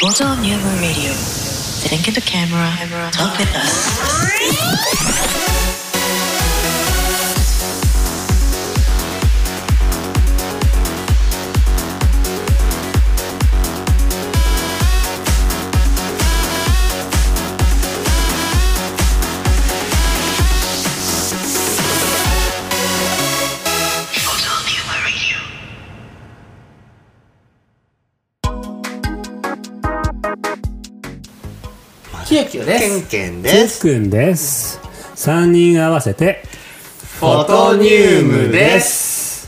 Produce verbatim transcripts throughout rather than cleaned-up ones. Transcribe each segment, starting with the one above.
Photon Humor Radio. Think of the camera, talk with us. きよきよです。 けんけんです。 つっくんです。さんにん合わせてフォトニウムです。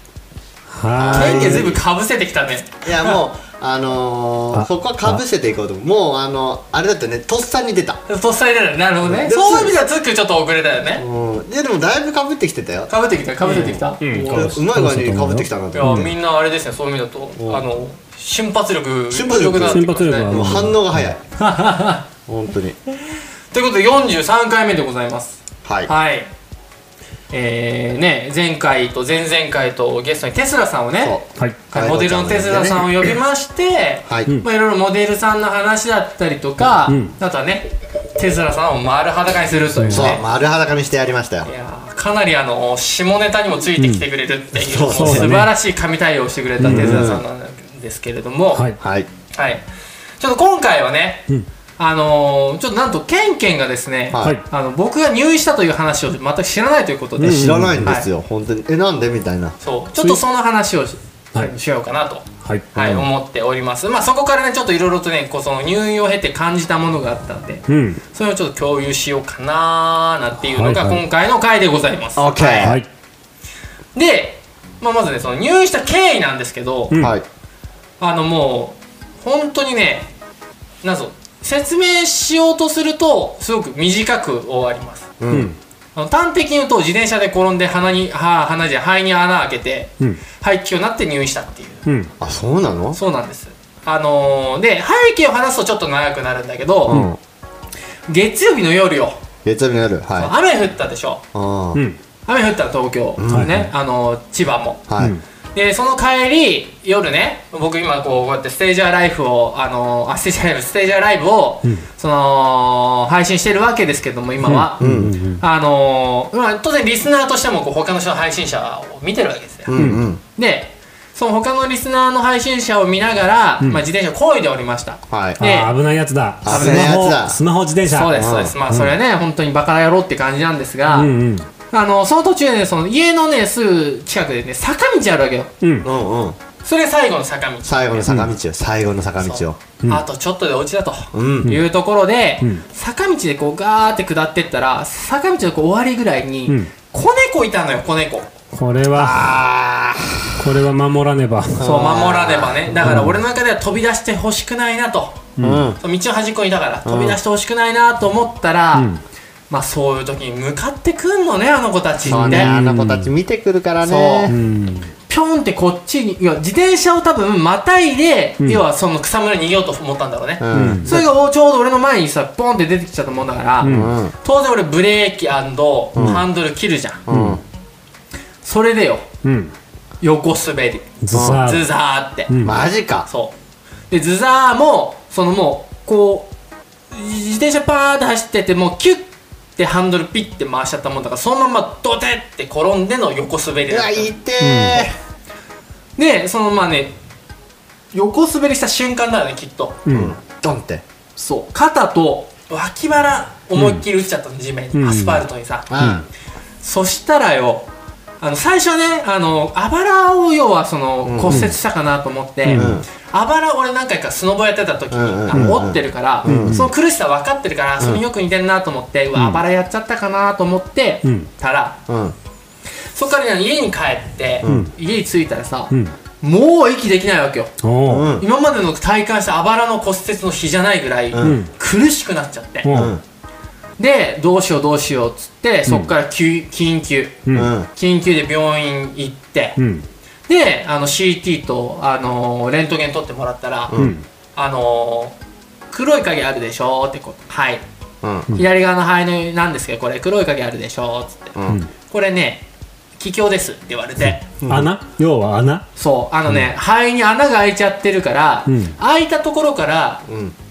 はけんけんずいぶんかぶせてきたね。 いやもうあのー、 あそこはかぶせていこうと思う。もうあのあれだってね、とっさに出た。 とっさに出る。なるほどね。 でそういう意味ではつっくんちょっと遅れたよね。 うん。いやでもだいぶかぶってきてたよ。 かぶってきたかぶってきた。 うんうんいやうまい具合にかぶってきたなと思って。 みんなあれですね、そういう意味だとあの瞬発力瞬発力強くなってきますね瞬発力はもう反応が早い。本当に。 ということでよんじゅうさんかいめでございます。 はい。 はい。えーね、前回と前々回とゲストにテスラさんをね、 そう。 はいはいモデルのテスラさんを呼びまして、 はい。 うんまあいろいろモデルさんの話だったりとか、 うんあとはねテスラさんを丸裸にするというね。 そう、丸裸にしてやりましたよい。やーかなりあの下ネタにもついてきてくれるっていう、 うんもうそうそうだね素晴らしい神対応をしてくれたテスラさんなんですけれども、 はいはい。 はい、ちょっと今回はね、 うんあのー、ちょっとなんとケンケンがですね、 ははいい。 あの僕が入院したという話を全く知らないということで、 知らないんですよ。本当に。え、なんでみたいな。 そうちょっとその話をし,、 はいしようかなと、 はいはい思っております。まあそこからねちょっといろいろとねこうその入院を経て感じたものがあったんで、 うんそれをちょっと共有しようかなーなんていうのがはいはい今回の回でございます。 オッケー。 はいで、まあ、まずねその入院した経緯なんですけど、 うんはい。 あのもう本当にねなんぞ説明しようとするとすごく短く終わります。 う。 うんんあの端的に言うと自転車で転んで鼻には鼻じゃ肺に穴開けてうん肺気をなって入院したっていううんあ、そうなの？ そうなんです。あのー、で背景を話すとちょっと長くなるんだけど、 うん。 月曜日の夜よ、 月曜日の夜。は雨降ったでしょ。 い。あうん雨降った東京、 うんね、あのー千葉もあ。はい。 でその帰り夜ね僕今こうこうやってステージアライフをあのーあステージアライブステージアライブを、 うんその配信してるわけですけども今は、 うんうんあのーまあ、当然リスナーとしてもこう他の人の配信者を見てるわけですよ、 うんうん。 でその他のリスナーの配信者を見ながら、 うんまあ、自転車を漕いでおりました。 はい。 であー危ないやつだ危ないやつだスマホスマホ自転車そうですそうです、まあそれはね、本当にバカ野郎って感じなんですが、 うんうんあのその途中でねその家のねすぐ近くでね坂道あるわけよ。 うんうんうん。 それが最後の坂道、 最後の坂道よ。最後の坂道を。 うんあとちょっとでお家だと、 うん。 いうところで、 うん坂道でこうガーって下ってったら坂道のこう終わりぐらいに、 うん子猫いたのよ子猫。 これはあこれは守らねばそう守らねばね。だから俺の中では飛び出してほしくないなと、 あ。うん。 そう道の端っこにいたから飛び出してほしくないなと思ったら、 うんまあそういう時に向かってくんのねあの子たちって、 そうね、あの子たち見てくるからそうね。 うんぴょんってこっちにいや自転車を多分またいで、 うん要はその草むらに逃げようと思ったんだろうね、 うん。 それがちょうど俺の前にさポンって出てきちゃったもんだから、 うんうん。 当然俺ブレーキ&ハンドル切るじゃん、 うん。 それでようん横滑りずさズザーって、 うんマジか。 そうでズザーもそのもうこう自転車パーって走っててもうキュッてハンドルピッて回しちゃったもんだからそのままドテって転んでの横滑りうわ、 だったいてでそのまあね横滑りした瞬間だよねきっとうー。うんん。ドンって。 そう肩と脇腹思いっきり打っちゃったの、地面に、 うんアスファルトにさ、 うん。 そしたらよあの最初はねあのあばらを要はそのうん骨折したかなと思って、 うんあばら俺何回かスノボやってた時に、 うんうんあの折ってるから、 うんその苦しさ分かってるから、それによく似てるなと思って、うわあばらやっちゃったかなと思って、 うんたらうん。 そっから、ね、家に帰って、 うん家に着いたらさ、 うんもう息できないわけよ。 おーうん。 今までの体感したあばらの骨折の比じゃないぐらい、 うん苦しくなっちゃって、 うんうん。 でどうしようどうしようっつってそっから救緊急うんうん。 緊急で病院行って、 うんであの シーティー と、あのーレントゲン取ってもらったら、 うんあのー黒い影あるでしょってことはい、 うん。 左側の肺のなんですけどこれ黒い影あるでしょっつって、 うん。 これね気胸ですって言われて、 穴要は穴そうあのね、肺に穴が開いちゃってるから、 うん開いたところからうん。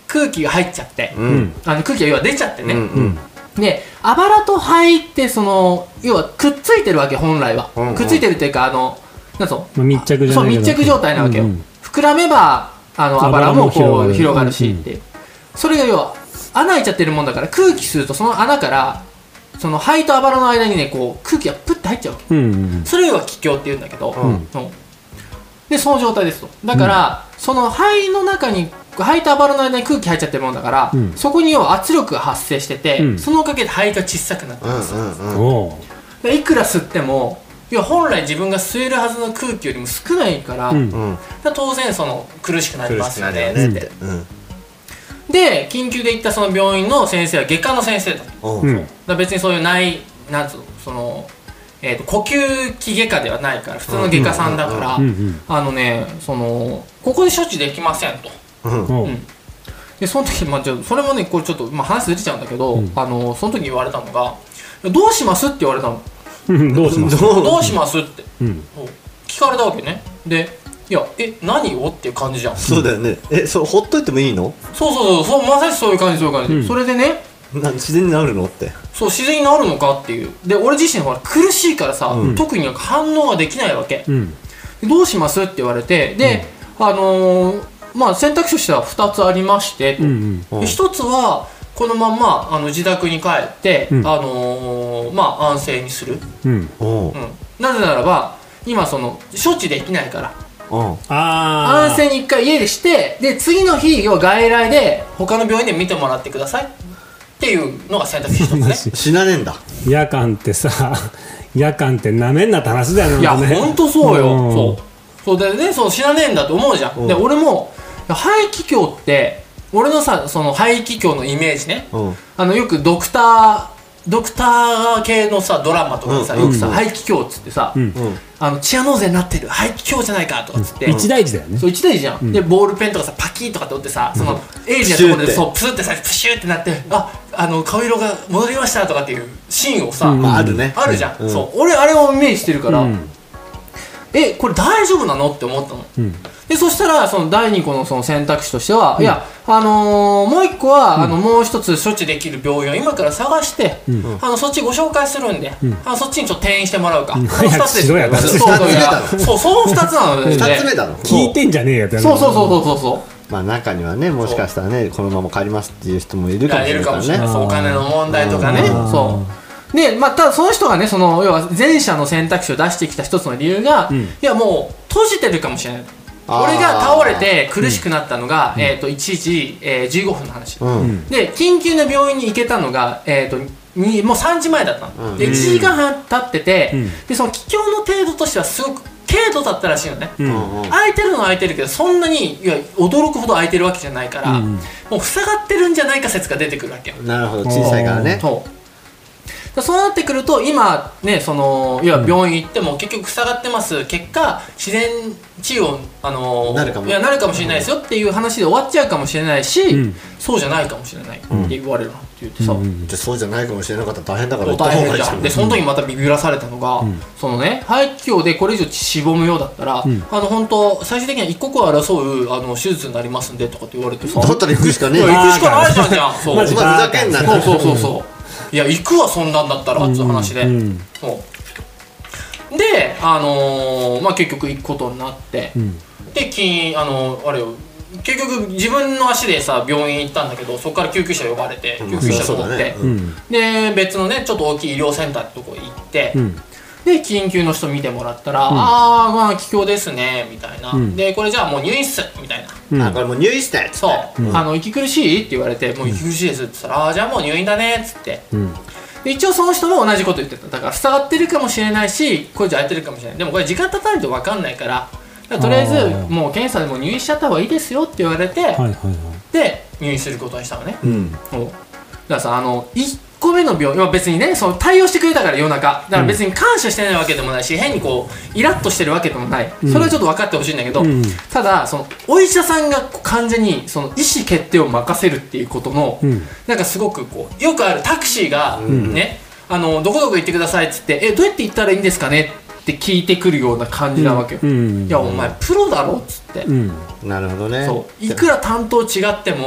空気が入っちゃって、 うん、 あの空気が要は出ちゃってね、 うんうんであばらと肺ってその要はくっついてるわけ本来は、うんうん、くっついてるっていうかあのなんそう、 密着じゃそう密着状態なわけよ、うんうん、膨らめばあのあばらもこう広がるしって、うんうん、それが要は穴開いちゃってるもんだから空気するとその穴からその肺とあばらの間にねこう空気がプッて入っちゃうわけ、うんうん、それを気胸って言うんだけど、うんうん、でその状態ですとだから、うん、その肺の中に肺とあばらの間に空気入っちゃってるもんだから、うん、そこに要は圧力が発生してて、うん、そのおかげで肺が小さくなってます、うんうんうん、でいくら吸ってもいや本来自分が吸えるはずの空気よりも少ないから、うん、だ当然その苦しくなりますよねって、うん、で緊急で行ったその病院の先生は外科の先生だ、うん、だ別にそういうないなんつうのそのえー、と呼吸器外科ではないから普通の外科さんだから、うんうんうん、あのねそのここで処置できませんと、うんうん、でその時、まあ、じゃそれもねこれちょっと、まあ、話ずれちゃうんだけど、うん、あのその時に言われたのがどうしますって言われたのどうしますどうしますって、うん、聞かれたわけねでいやえ何をっていう感じじゃんそうだよねえそうほっといてもいいのそうそうそうそうまさしそういう感じそういう感じ、うん、それでねな自然になるのってそう自然になるのかっていうで俺自身ほら苦しいからさ、うん、特に反応ができないわけ、うん、どうしますって言われてで、うん、あのー、まあ選択肢としてはふたつありましてと、うんうん、ひとつはこのままあの自宅に帰って、うん、あのー、まあ安静にする、うんうん、なぜならば今その処置できないからあ安静にいっかい家でしてで次の日要は外来で他の病院で見てもらってくださいっていうのが選択肢一つね死なねえんだ夜間ってさ夜間ってなめんなって話だよねいやほんとそうよ、うん、そうそうでねそう死なねえんだと思うじゃん、うん、で俺も肺気胸って俺のさその肺気胸のイメージね、うん、あのよくドクタードクター系のさドラマとかでさ、うん、よくさ、うん、肺気胸っつってさ、うん、あのチアノーゼになってる肺気胸じゃないかとかっつって、 うん、一大事だよねそう一大事じゃん、うん、でボールペンとかさパキーとかって折ってさ、うん、そのエイジのところでそうプスってさプシューってなってああの顔色が戻りましたとかっていうシーンをさ、 うんまあ、あるねあるじゃん、 うん、 そう俺あれをイメージしてるから、うん、えこれ大丈夫なのって思ったの、うんでそしたらそのだいにこのその選択肢としては、うん、いや、あのー、もう一個は、うん、あのもう一つ処置できる病院を今から探して、うん、あのそっちご紹介するんで、うん、あのそっちにちょっと転院してもらうか、うん、このふたつですよそうそのふたつなのでふたつめだろ聞いてんじゃねえよってそうそうそうそうそうそうまあ中にはねもしかしたらねこのまま帰りますっていう人もいるかもしれないからねそうお金の問題とかねそうでまあ、ただその人がねその要は前者の選択肢を出してきた一つの理由が、うん、いやもう閉じてるかもしれない俺が倒れて苦しくなったのが、うんえー、といちじ、えー、じゅうごふんの話、うん、で緊急な病院に行けたのが、えー、とにもうさんじまえだったの、うん、でいちじかんはん経ってて、うん、でその気胸の程度としてはすごく軽度だったらしいのね、うん、空いてるのは空いてるけどそんなにいや驚くほど空いてるわけじゃないから、うん、もう塞がってるんじゃないか説が出てくるわけよなるほど小さいからねそうそうなってくると今ねその要は病院行っても結局塞がってます結果自然治癒あのなるかもいやなるかもしれないですよっていう話で終わっちゃうかもしれないし、うん、そうじゃないかもしれないって言われるのって言ってさ、うん、 じゃそうじゃないかもしれなかったら大変だから大変じゃんでその時またビビらされたのが、うん、そのね肺気胸でこれ以上しぼむようだったら、うん、あの本当最終的には一刻を争うあの手術になりますんでとかって言われてさだったら行くしかねえいや行くしかないじゃんじゃんそうまずふざけんなそうそうそうそういや行くわそんなんだったらっていう話で、うんうん、そうであのー、まあ結局行くことになって、うん、できあのー、あれよ結局自分の足でさ病院行ったんだけどそこから救急車呼ばれて救急車乗って、うん、で別のねちょっと大きい医療センターってとこ行って、うん、で緊急の人見てもらったら、うん、ああまあ気胸ですねみたいな、うん、でこれじゃあもう入院っすみたいな、 うん、あこれもう入院っすねそう、うん、あの息苦しいって言われてもう息苦しいですって言ったら、うん、ああじゃあもう入院だねっつって、うん、で一応その人も同じこと言ってただから塞がってるかもしれないしこれじゃ空いてるかもしれないでもこれ時間経たないと分かんないからとりあえずもう検査でも入院しちゃった方がいいですよって言われて、はいはいはい、で入院することにしたのね、うん、だからさあのいっこめの病院は別にねその対応してくれたから夜中だから別に感謝してないわけでもないし、うん、変にこうイラッとしてるわけでもない、うん、それはちょっと分かってほしいんだけど、うん、ただそのお医者さんが完全にその意思決定を任せるっていうことの、うん、なんかすごくこうよくあるタクシーがね、うん、あのどこどこ行ってくださいっつってえどうやって行ったらいいんですかねって聞いてくるような感じなわけよ、うんうん、いやお前プロだろっつって、うん、 なるほどねそういくら担当違っても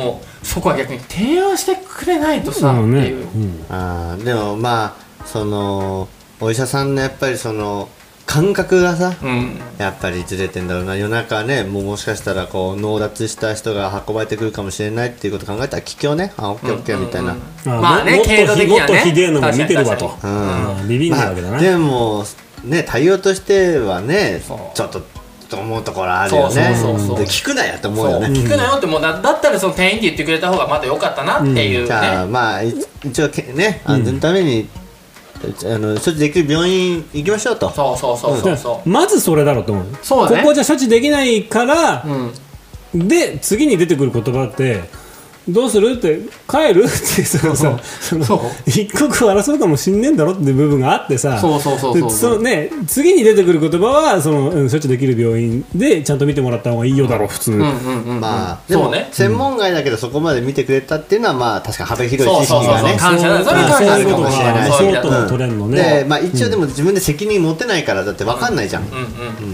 そこは逆に提案してくれないとさ、 うんねっていう、 うん、 あーでもまあそのお医者さんのやっぱりその感覚がさ、 うん、 やっぱりずれてんだろうな。夜中ね、もうもしかしたらこう脳脱した人が運ばれてくるかもしれないっていうことを考えたら気境ね、あオッケーオッケーみたいな、 うんうんうん、まあね、 もっと経度的にはねもっとひでえのも見てるわと、 うんうん、ビビんないわけだな、 まあ、でもね対応としてはねそうちょっとと思うところあるよね。 そうそうそうそうで聞くなやって思うよね。 聞くなよってもう だ, だったらその店員って言ってくれた方がまだ良かったなっていうね、うん、 じゃあまあ一応ね安全のために、うん、あの処置できる病院行きましょうと。 そうそうそうそうそう、 うん、まずそれだろうと思う。 そうだね、 ここじゃ処置できないから、 うん、 で次に出てくる言葉ってどうするって帰るってそのさその一刻を争うかもしんねえんだろって部分があってさ、 そうそうそうそうそのね次に出てくる言葉はその、うん、処置できる病院でちゃんと見てもらった方がいいよだろう普通、 うんうんうん、 まあでも、ね、専門外だけどそこまで見てくれたっていうのはまあ確かに幅広い知識がね感謝だ、それは感謝あるかもしれない。 そういうことが取れるのね。 でまあ一応でも自分で責任持てないからだって分かんないじゃん。うんうんうん、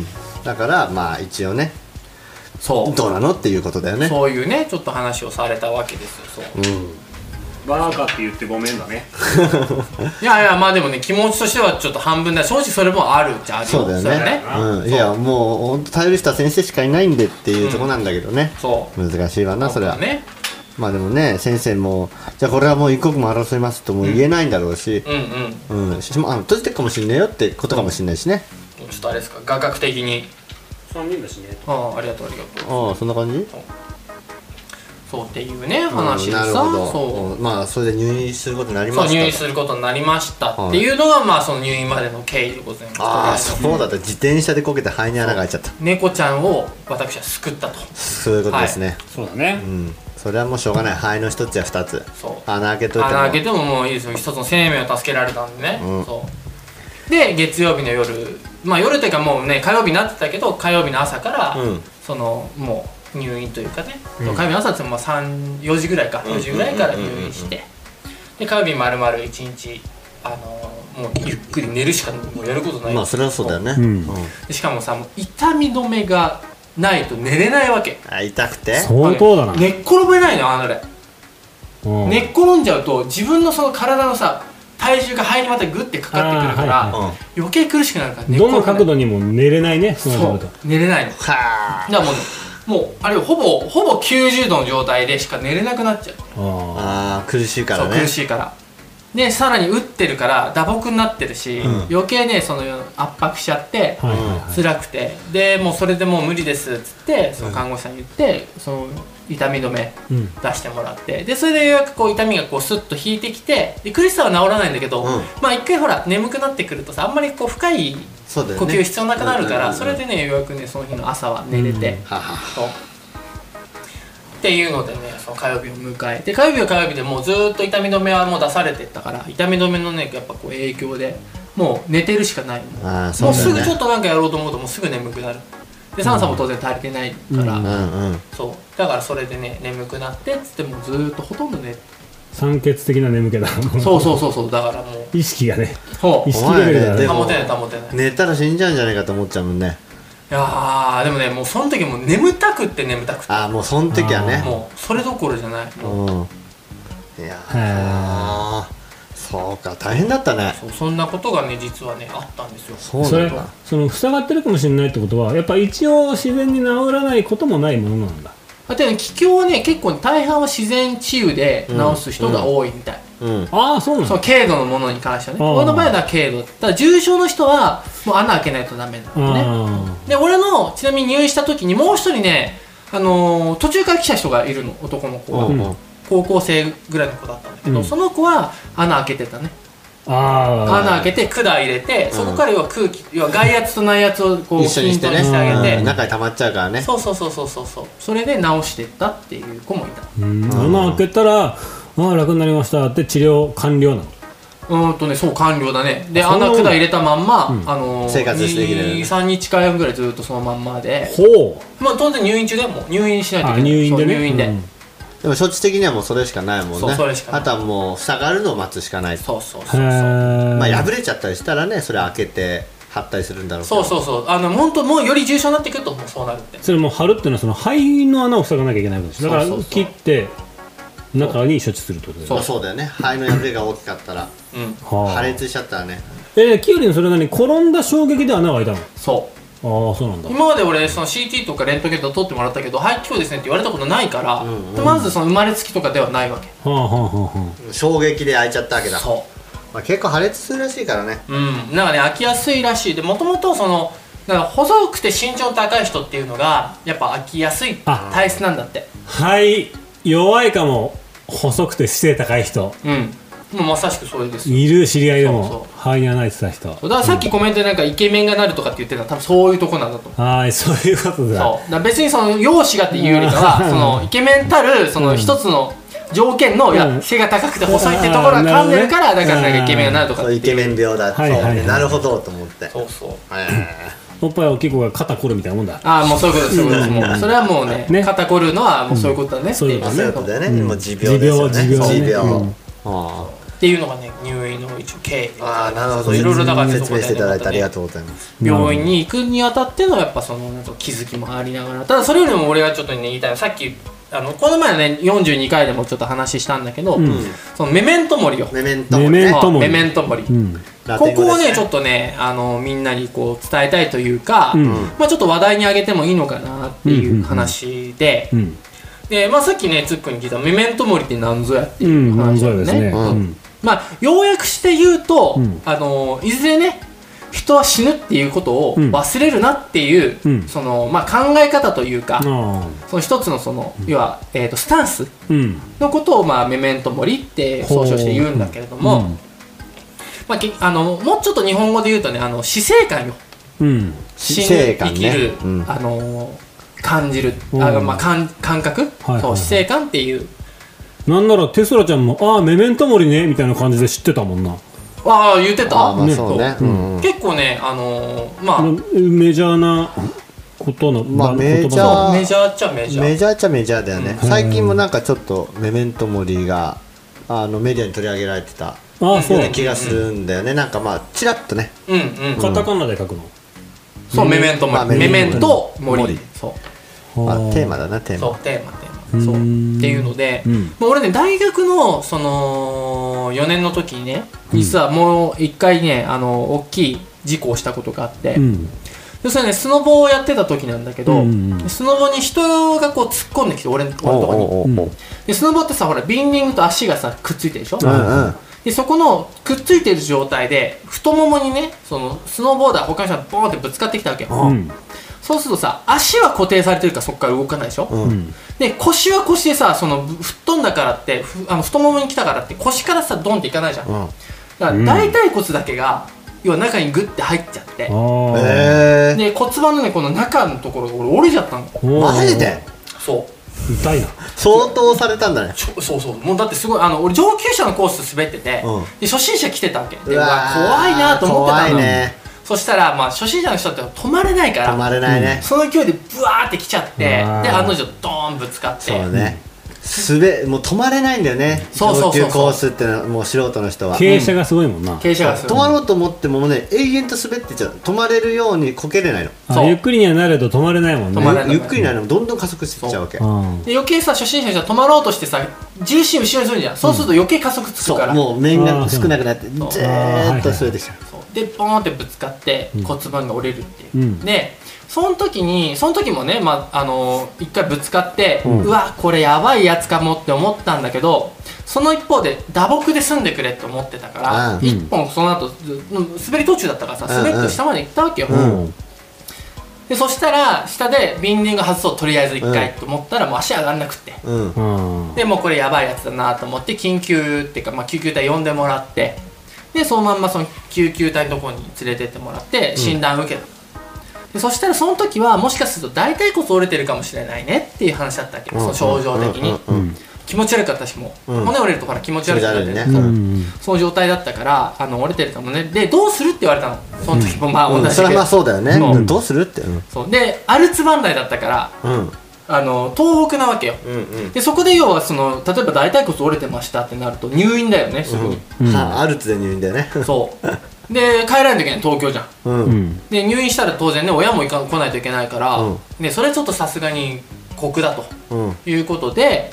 だからまあ一応ね。そうどうなのっていうことだよね。 そういうねちょっと話をされたわけですよ。そう、うん、 バーカって言ってごめんだねいやいやまあでもね気持ちとしてはちょっと半分だ。正直それもあるじゃあるよ。 そうだよね、ね、うん、いやもう本当頼る人は先生しかいないんでっていうところなんだけどね、うん、そう難しいわなそれはね。まあでもね先生もじゃあこれはもう一刻も争いますとも言えないんだろうし、うんうんうん、うん、しあ閉じてるかもしれないよってことかもしれないしね、 うん、ちょっとあれですか画角的にさんにんだしね。 ああ、ありがとうありがとう。 ああそんな感じ。 そうっていうね話でさ、うん、 そうまあそれで入院することになりました。 そう入院することになりましたっていうのが、はい、まあその入院までの経緯でございます。 ああそうだった。自転車でこけて肺に穴が開いちゃった。 猫ちゃんを私は救ったと。 そういうことですね、はい、 そうだね、 うん、それはもうしょうがない。肺の一つや二つそう穴開けといても穴開けてももういいですよ。一つの生命を助けられたんでね、うん、そうで月曜日の夜、まあ夜というかもうね火曜日になってたけど火曜日の朝から、うん、そのもう入院というかね、うん、火曜日の朝ってまあさん、よじぐらいかよじぐらいから入院してで火曜日丸々いちにちあのー、もうゆっくり寝るしかもうやることない。 まあそれはそうだよね、うん、 でしかもさもう痛み止めがないと寝れないわけ。 あ痛くて相当だな。 寝っ転べないのあのね寝っ転んじゃうと自分のその体のさ体重が肺にまたグッてかかってくるから、はいはい、余計苦しくなるから寝っ転べない。 どの角度にも寝れないね。 そう寝れないの。はあ。だからもうもうあれほぼほぼきゅうじゅうどの状態でしか寝れなくなっちゃう。 ああ苦しいからね。 そう苦しいからでさらに打ってるから打撲になってるし、うん、余計ねその圧迫しちゃって、はいはいはい、辛くてでもうそれでもう無理ですっつってその看護師さんに言って、うん、その痛み止め出してもらって、うん、でそれでようやくこう痛みがこうスッと引いてきてで苦しさは治らないんだけど、うん、まあ一回ほら眠くなってくるとさあんまりこう深い呼吸必要なくなるから そ,、ね、それでねようやくねその日の朝は寝れて、うん、そうっていうのでねその火曜日を迎えて火曜日は火曜日でもうずっと痛み止めはもう出されてったから痛み止めのねやっぱこう影響でもう寝てるしかない。 あそうだね、 もうすぐちょっとなんかやろうと思うともうすぐ眠くなる。で酸素も当然足りてないから、うんうんうん、そうだからそれでね眠くなってっつってもずっとほとんど寝酸欠的な眠気だ。 そうそうそうそうだからもう意識がねそう意識レベルだね。 保てない保てない。 寝たら死んじゃうんじゃないかと思っちゃうもんね。 いやでもねもうその時もう眠たくって眠たくってああもうその時はねもうそれどころじゃないもう、うん、 いやあそうか大変だったね。 そうそんなことがね実はねあったんですよ。 そうそれその塞がってるかもしれないってことはやっぱ一応自然に治らないこともないものなんだ。 あとね気境はね結構大半は自然治癒で治す人が多いみたい、うんうん、 ああそうなんだ。 そう軽度のものに関してはね俺の場合は軽度ただ重症の人はもう穴開けないとダメなんだね。で俺のちなみに入院した時にもう一人ね、あのー、途中から来た人がいるの男の子が、うん、高校生ぐらいの子だったんだけど、うん、その子は穴開けてたね。あ穴開けて管入れて、うん、そこから要は空気要は外圧と内圧をこう一緒にしてねしてあげて、 うん、中に溜まっちゃうからね。 そうそうそうそうそうそうそれで治してったっていう子もいた。 うん穴開けたらああ楽になりましたって治療完了なの。 うんとねそう完了だね。で穴管入れたまんま、うん、あのー、 生活していけるに、さんにちかんぐらいずっとそのまんまでほうまあ当然入院中でも入院しないといけない。 入院でね入院で、うんでも処置的にはもうそれしかないもんね。 そうそれしかない。 あとはもう塞がるのを待つしかない。 そうそうそうそう。 まあ破れちゃったりしたらねそれ開けて貼ったりするんだろうけど。 そうそうそうあの本当もうより重症になってくるともうそうなるって。 それもう貼るっていうのはその肺の穴を塞がなきゃいけないわけです。だから切って中に処置するってことそうそうだよね。肺の破れが大きかったら、うん、破裂しちゃったらね。 えー、キュウリのそれなに転んだ衝撃で穴が開いたの？ そうああそうなんだ。 今まで俺その シーティー とかレントゲンとか取ってもらったけど肺気胸ですねって言われたことないから、うんうん、まずその生まれつきとかではないわけ、 はあはあはあ、衝撃で開いちゃったわけだ。 そう、 まあ、結構破裂するらしいからね。 うんなんかね開きやすいらしい。でもともとそのなんか細くて身長高い人っていうのがやっぱ開きやすい体質なんだって。 はい弱いかも。細くて背高い人、 うんもうまさしくそれですよ。 いる知り合いでも肺に穴開いてた人。だからさっきコメントでなんかイケメンがなるとかって言ってたのは多分そういうとこなんだと思う。 はいそういうことだ。 そうだ別にその容姿がっていうよりかはそのイケメンたるその一つの条件の、うん、いや背が高くて細いってところが噛んでるからだからなんかイケメンがなるとかっていうイケメン病だって、はいはいはい、なるほどと思って。 そうそう、えー、おっぱい大きい子が肩凝るみたいなもんだ。 ああもうそういうことですそういうことです。もうそれはもう ね, ね肩凝るのはもうそういうことだね、うん、 そういうことだよね、うん、もう持病ですよね。 持病持病、 うん、 あっていうのがね入院の一応経緯。 ああなるほど。 いろいろだから説明していただいてありがとうございます。 病院に行くにあたってのやっぱその気づきもありながら、ただそれよりも俺がちょっとね言いたいのはさっきあのこの前のねよんじゅうにかいでもちょっと話したんだけど、うん、そのメメントモリよ。 メメントモリ、 メメントモリ、 メメントモリ、うん、ここをねちょっとねあのみんなにこう伝えたいというか、うん、まあちょっと話題にあげてもいいのかなっていう話で、うんうんうん、でまあさっきねつっくんに聞いたメメントモリって何ぞやっていう話なんですね。うんうん、まあ要約して言うと、うん、あのいずれね人は死ぬっていうことを忘れるなっていう、うん、そのまあ、考え方というか、うん、その一つのその、うん、要は、えーと、スタンスのことを、まあ、メメントモリって総称して言うんだけれども、うんまあ、あのもうちょっと日本語で言うとねあの死生観よ、うん、死ぬ生きる、ねうん、あの感じる、うん、あまあ、感, 感覚、はいはいはい、そう死生観っていう。 なんならテスラちゃんもああメメントモリねみたいな感じで知ってたもんな。 ああ言ってた。 あまあそうね、うんうん、結構ねあのー、まあメジャーなことの、 まあ、メジャーメジャーっちゃメジャーメジャーっちゃメジャーだよね、うん、最近もなんかちょっとメメントモリがあのメディアに取り上げられてたような気がするんだよね、うん、なんかまあチラッとね、 うんうん、 カタカナで書くのそうメメントモリ、まあ、メメントモリそう、 まあ、テーマだなテーマそうテーマテーマそうっていうので、うん、俺ね大学のそのよねんの時にね実はもう一回ねあの大きい事故をしたことがあって、うん、でそれねスノボをやってた時なんだけど、うんうん、スノボに人がこう突っ込んできて俺のとこにでスノボってさほらビンディングと足がさくっついてるでしょ、うんうん、でそこのくっついてる状態で太ももにねそのスノーボーダー他の人がボーンってぶつかってきたわけよ、うん、そうするとさ足は固定されてるからそこから動かないでしょ、うん、で腰は腰でさその吹っ飛んだからってあの太ももに来たからって腰からさドンっていかないじゃん、うん、だから大腿骨だけが要は中にグッて入っちゃって、うん、で骨盤のねこの中のところが俺折れちゃったの。 マジで？ そう痛いな。 相当されたんだね。 そうそうもうだってすごいあの俺上級者のコース滑ってて、うん、で初心者来てたわけでうわ怖いなと思ってたの。怖いね。そしたら、まあ、初心者の人って止まれないから止まれないね、 うん、その勢いでブワーって来ちゃってで案の定ドーンぶつかってそうね滑もう止まれないんだよね。 そうそうそうそう上級コースってのはもう素人の人は傾斜がすごいもんな、 うん、傾斜がすごい。 止まろうと思ってもね永遠と滑ってちゃう。止まれるようにこけれないの。 そうゆっくりにはなると止まれないもんね。 ゆっくりになるのどんどん加速していっちゃうわけ。 で余計さ初心者の人は止まろうとしてさ重心後ろにするんじゃん、うん、そうすると余計加速つくから、 もう面が少なくなってずーっとそれできちゃう。 でボーンってぶつかって骨盤が折れるっていう、うん、でその時にその時もね、まあ、あの一回ぶつかって、うん、うわこれやばいやつかもって思ったんだけどその一方で打撲で済んでくれって思ってたから、うん、一本その後滑り途中だったからさ滑って下まで行ったわけよ、うんうん、でそしたら下でビンディング外そうとりあえず一回と思ったらもう足上がんなくて、うん、でもうこれやばいやつだなと思って緊急っていうか、まあ、救急隊呼んでもらってでそのまんまその救急隊のところに連れてってもらって診断受けた、うん、でそしたらその時はもしかすると大腿骨折れてるかもしれないねっていう話だったわけ、うん、その症状的に、うん、気持ち悪かったしもう、うん、骨折れるとほら気持ち悪くなって、ね、そう、うん、その状態だったからあの折れてるかもねでどうするって言われたのその時もまあ同じ、 うん、それはまあそうだよね、うん、どうするって、うん、 そうでアルツバンダイだったから、うんあの東北なわけよ、うんうん、でそこで要はその例えば大腿骨折れてましたってなると入院だよねすぐに、 うんうん、アルツで入院だよねそうで帰らないといけない東京じゃん、うん、で入院したら当然ね親も行か来ないといけないから、うん、でそれちょっとさすがに酷だと、うん、いうことで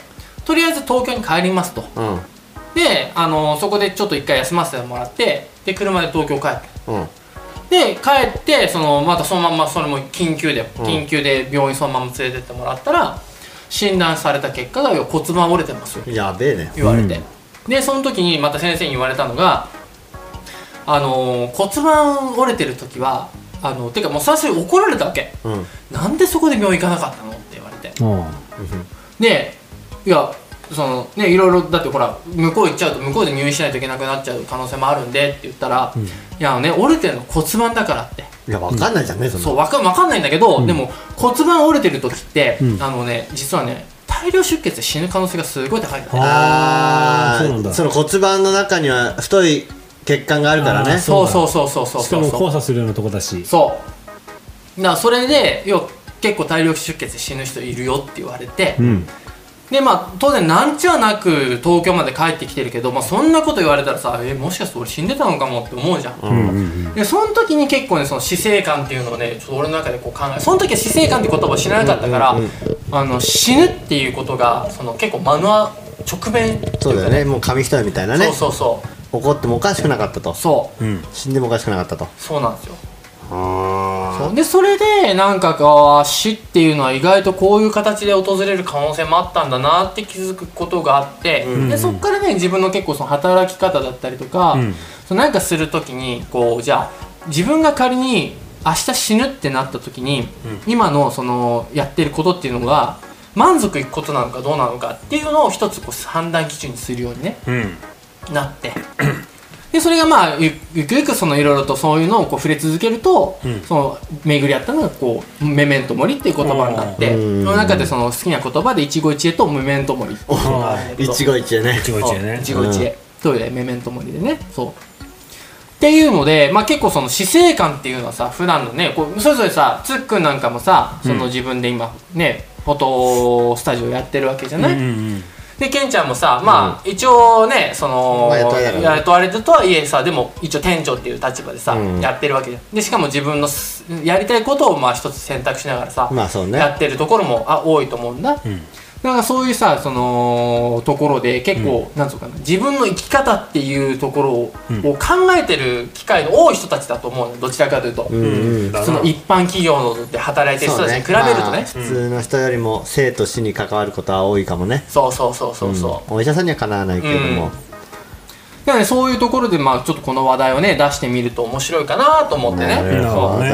とりあえず東京に帰りますと、 うん、 であのそこでちょっと一回休ませてもらって、で車で東京帰って、 うん、 で帰ってそのまたそのまんまそれも緊急で、うん、緊急で病院そのまま連れてってもらったら、診断された結果が骨盤折れてますよ、 やべえね言われて、うん、でその時にまた先生に言われたのが、あの骨盤折れてる時はあのてかもう最初に怒られたわけ、うん、なんでそこで病院行かなかったのって言われて、うん、でいやそのねいろいろだってほら向こう行っちゃうと向こうで入院しないといけなくなっちゃう可能性もあるんでって言ったら、うん、いやね折れてるの骨盤だからって。 いや分かんないじゃんね、うん、 そんなそう分か、分かんないんだけど、うん、でも骨盤折れてる時って、うん、あのね実はね大量出血で死ぬ可能性がすごい高いんだね。 ああそうなんだ。その骨盤の中には太い血管があるからね。 そうそうそうそうそう。 しかも交差するようなとこだし。 そうだからそれで要結構大量出血で死ぬ人いるよって言われて、うん、でまあ当然なんちゃなく東京まで帰ってきてるけど、まあ、そんなこと言われたらさ、えもしかして俺死んでたのかもって思うじゃん、うんうんうん、でその時に結構ねその死生観っていうのをねちょっと俺の中でこう考え、その時は死生観って言葉を知らなかったから、うんうんうん、あの死ぬっていうことがその結構目の直面、ね、 そうだよね、もう紙一重みたいなね。 そうそうそう怒ってもおかしくなかったと。 そう、うん、 死んでもおかしくなかったと。 そうなんですよ。あそうでそれでなんかあ死っていうのは意外とこういう形で訪れる可能性もあったんだなって気づくことがあって、うんうん、でそこからね自分の結構その働き方だったりとか、うん、そのなんかする時にこうじゃあ自分が仮に明日死ぬってなった時に、うん、今のそのやってることっていうのが満足いくことなのかどうなのかっていうのを一つこう判断基準にするようにね、うん、なってでそれがまあゆくゆくそのいろいろとそういうのをこう触れ続けると、うん、その巡り合ったのがこうメメントモリっていう言葉になって、その中でその好きな言葉で一期一会とメメントモリっていうのがあるんだけど、 一期一会ね一期一会ね一期一会というメメントモリでね、そうっていうので、まあ、結構その死生観っていうのはさ普段のねこうそれぞれさつっくんなんかもさその自分で今ねフォトスタジオやってるわけじゃない、うんうんうんでケンちゃんもさまあ、うん、一応ねその雇われてとはいえさでも一応店長っていう立場でさ、うん、やってるわけじゃん。でしかも自分のやりたいことをまあ一つ選択しながらさ、まあそうね、やってるところもあ多いと思うんだ、うん、だからそういうさそのところで結構、うん、なんつうかな自分の生き方っていうところを、うん、を考えてる機会の多い人たちだと思うのどちらかというと、うんうん、その一般企業で働いてる人たちに比べるとね、まあ、 普通の人よりも生と死に関わることは多いかもね。 そうそうそうそうそう、 うん、お医者さんにはかなわないけれども、うん、だから、ね、そういうところでまあちょっとこの話題をね出してみると面白いかなと思ってね。なるほどね。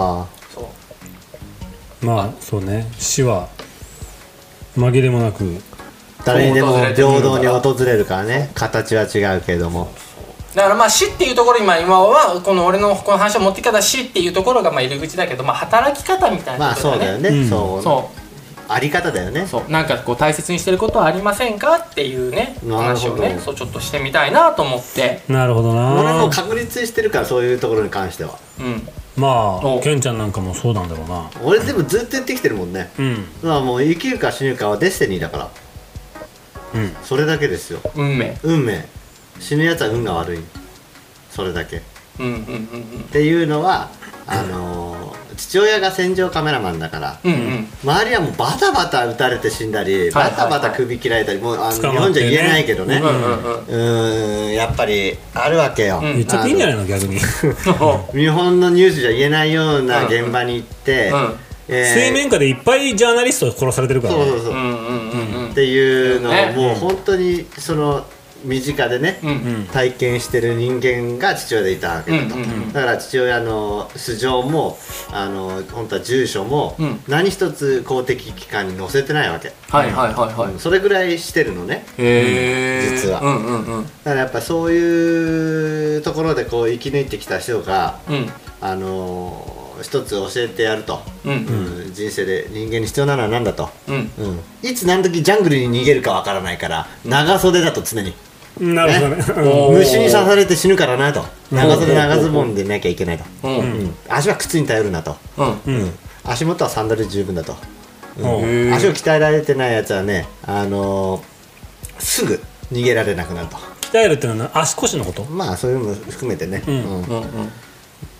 そうまあそうね死は紛れもなく誰にでも平等に訪れるからね、形は違うけれども。 だからまあ死っていうところに今はこの俺のこの話を持ってきた死っていうところがまあ入り口だけど、まあ、働き方みたいなことだよね。まあそうだよね、うん、そうそうあり方だよね。 そうなんかこう大切にしてることはありませんかっていうね話をねそうちょっとしてみたいなと思って。 なるほどな。 俺も確立してるからそういうところに関しては、うんまあケンちゃんなんかもそうなんだろうな。 俺でもずっとやってきてるもんね、うん、まあもう生きるか死ぬかはデスティニーだから、うん、それだけですよ。 運命運命死ぬやつは運が悪いそれだけ、うんうんうんうん、っていうのはあのー、父親が戦場カメラマンだから、うんうん、周りはもうバタバタ撃たれて死んだり、はいはいはい、バタバタ首切られたりもうあの、ね、日本じゃ言えないけどね、うんうんうん、うんやっぱりあるわけよ、 うん、言っちゃっていいんじゃないの逆に日本のニュースじゃ言えないような現場に行って、うんうんえー、水面下でいっぱいジャーナリストが殺されてるからね。そうそうそう、うんうんうん、っていうのをもう本当にその身近でね、うん、体験してる人間が父親でいたわけだと、うんうんうん、だから父親の素性もあの本当は住所も、うん、何一つ公的機関に載せてないわけ、 はいはいはいはい、うん、 それぐらいしてるのね、 へ実は、うんうんうん、だからやっぱそういうところでこう生き抜いてきた人が、うん、あの一つ教えてやると、うんうん、人生で人間に必要なのは何だと、うんうん、いつ何時ジャングルに逃げるかわからないから長袖だと常になるほどね、 ね虫に刺されて死ぬからなと長袖長ズボンでなきゃいけないと、うんうん、足は靴に頼るなと、うんうん、足元はサンダルで十分だと、うん、足を鍛えられてないやつはね、あのー、すぐ逃げられなくなると。 鍛えるっていうのは足腰のこと？ まあそういうのも含めてね、うんうんうんうん、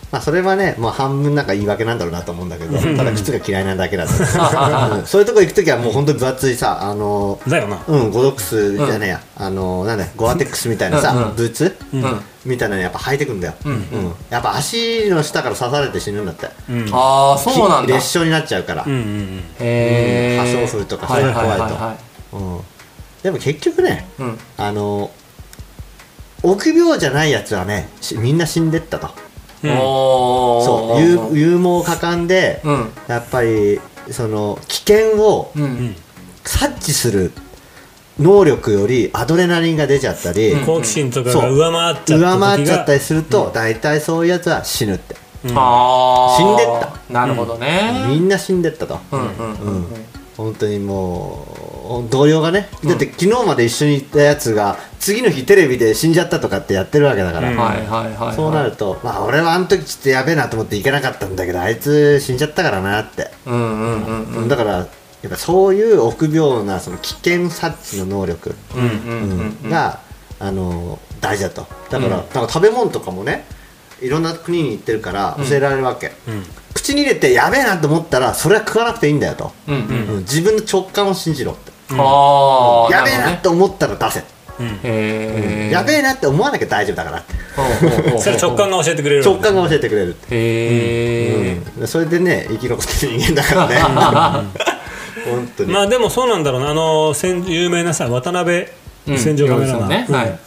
まあそれはねもう半分なんか言い訳なんだろうなと思うんだけどただ靴が嫌いなだけだと、うん、そういうとこ行くときはもう本当に分厚いさあのだよなうんゴドックスじゃねえや、うん、あのなんだゴアテックスみたいなさ、うん、ブーツ、うん、みたいなのやっぱ履いてくんだよ、うんうん、やっぱ足の下から刺されて死ぬんだって、うん、 ああそうなんだ裂傷になっちゃうから、うんうんうん、へえ破傷風とかそれが怖いと、はいはいはいはい、うん、でも結局ね、うん、あの臆病じゃないやつはねみんな死んでったと、うん、そう勇勇猛果敢で、うん、やっぱりその危険を察知する能力よりアドレナリンが出ちゃったり、 うん、好奇心とかが上回っちゃった時が上回っちゃったりすると、うん、大体そういうやつは死ぬって、うん、死んでった。 なるほどね、 うん、みんな死んでったと、うんうんうんうん、本当にもう同僚がね、だって昨日まで一緒に行ったやつが次の日テレビで死んじゃったとかってやってるわけだから、うん、そうなると、まあ、俺はあの時ちょっとやべえなと思って行けなかったんだけどあいつ死んじゃったからなって、うんうんうんうん、だからやっぱそういう臆病なその危険察知の能力があの大事だと。だから、うん、なんか食べ物とかもねいろんな国に行ってるから教えられるわけ、うんうん、口に入れてやべえなと思ったらそれは食わなくていいんだよと、うんうんうん、自分の直感を信じろって、うん、あやべえなと思ったら出せ、うん、へやべえなって思わなきゃ大丈夫だからってそれ直感が教えてくれる直感が教えてくれるってへ、うんうん、それでね生き残ってる人間だからね本当にまあでもそうなんだろうなあの有名なさ渡辺戦場カメラマン、ねはい、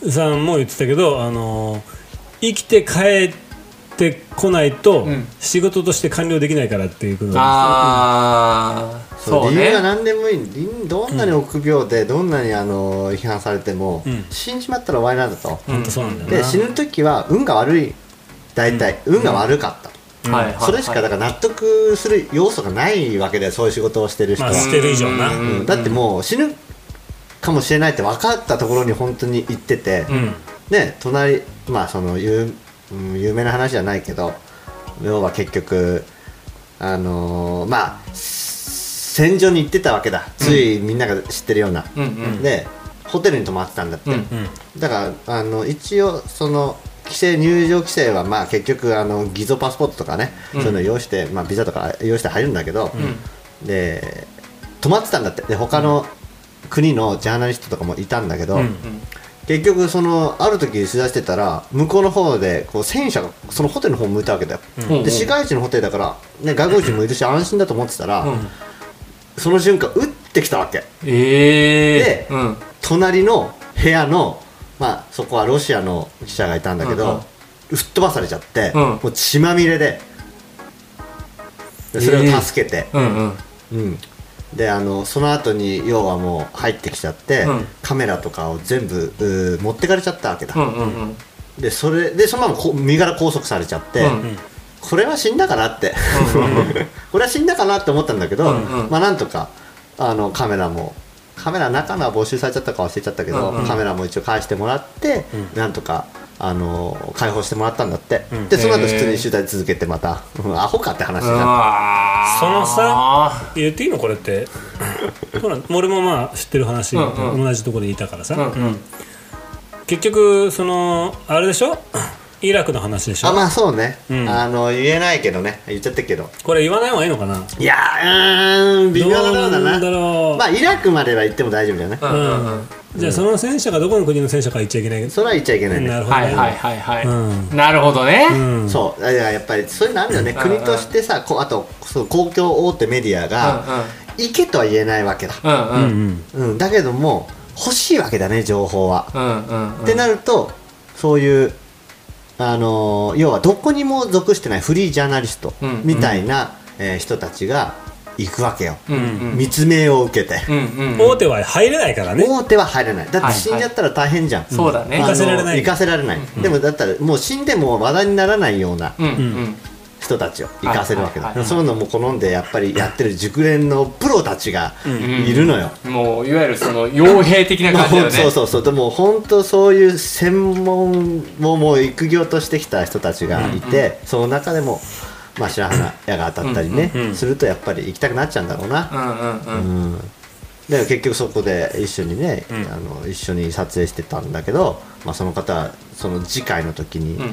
さんも言ってたけどあの生きて帰ってこないと仕事として完了できないからっていうことなんです、うん、あそうね、理由が何でもいいどんなに臆病で、うん、どんなにあの批判されても、うん、死んじまったら終わりなんだと、うん、そうなんだよなで死ぬ時は運が悪い大体、うん、運が悪かったと、うん、それしかだから納得する要素がないわけでそういう仕事をしてる人は、まあ、 してる以上な、 うん、だってもう死ぬかもしれないって分かったところに本当に行ってて、うん、ね隣まあその有、うん、有名な話じゃないけど要は結局あのー、まあ戦場に行ってたわけだ、ついみんなが知ってるような、うんうん、でホテルに泊まってたんだって、うんうん、だからあの一応その規制入場規制はまあ結局あの偽造パスポートとかね、うん、そういうのを用意して、まあ、ビザとか用意して入るんだけど、うん、で泊まってたんだってで他の国のジャーナリストとかもいたんだけど、うんうん、結局そのある時取材してたら向こうの方でこう戦車がそのホテルの方を向いたわけだよ、うん、で市街地のホテルだから、ね、外国人もいるし安心だと思ってたら、うん、その瞬間撃ってきたわけ、えー、で、うん、隣の部屋の、まあ、そこはロシアの記者がいたんだけど、うんうん、吹っ飛ばされちゃって、うん、もう血まみれで、でそれを助けて、えーうんうんうん、であのその後に要はもう入ってきちゃって、うん、カメラとかを全部持ってかれちゃったわけだ、うんうんうん、でそれでそのままこ身柄拘束されちゃって、うんうん、これは死んだかなって、うんうんうん、これは死んだかなって思ったんだけど、うんうん、まあなんとかあのカメラもカメラ中のは没収されちゃったか忘れちゃったけど、うんうん、カメラも一応返してもらって、うん、なんとかあの解放してもらったんだって、うん、でその後普通に取材続けてまた、うん、アホかって話になってそのさ言っていいのこれって俺もまあ知ってる話、うんうん、同じところにいたからさ、うんうん、結局そのあれでしょイラクの話でしょあまあそうね、うん、あの言えないけどね言っちゃったけどこれ言わない方がいいのかないやうーん微妙なところだなだまあイラクまでは行っても大丈夫じゃない、うんうんうんじゃあその戦車がどこの国の戦車か言っちゃいけないそれは言っちゃいけないねなるほどねはいはいはいはい、うん、なるほどね、うん、 そうやっぱりそういうのあるよね国としてさこあとそう公共大手メディアが、うんうん、行けとは言えないわけだ、うんうんうん、だけども欲しいわけだね情報は、うんうんうん、ってなるとそういうあのー、要はどこにも属してないフリージャーナリストみたいな、うんうんえー、人たちが行くわけよ、うんうん、密命を受けて、うんうんうん、大手は入れないからね大手は入れないだって死んじゃったら大変じゃん、はいはい、 そうだね行かせられない行かせられない、うんうん、でもだったらもう死んでも話題にならないような、うんうん人たちを行かせるわけだ、はいはいはい、そういうのも好んでやっぱりやってる熟練のプロたちがいるのよ、 うんうん、もういわゆるその傭兵的な感じだよねそうそうそうでも本当そういう専門をもう育業としてきた人たちがいて、うんうん、その中でもまあ白羽矢が当たったりね、うんうんうん、するとやっぱり行きたくなっちゃうんだろうな、うんうんうんうん、で結局そこで一緒にね、うん、あの一緒に撮影してたんだけど、まあ、その方はその次回の時に、うん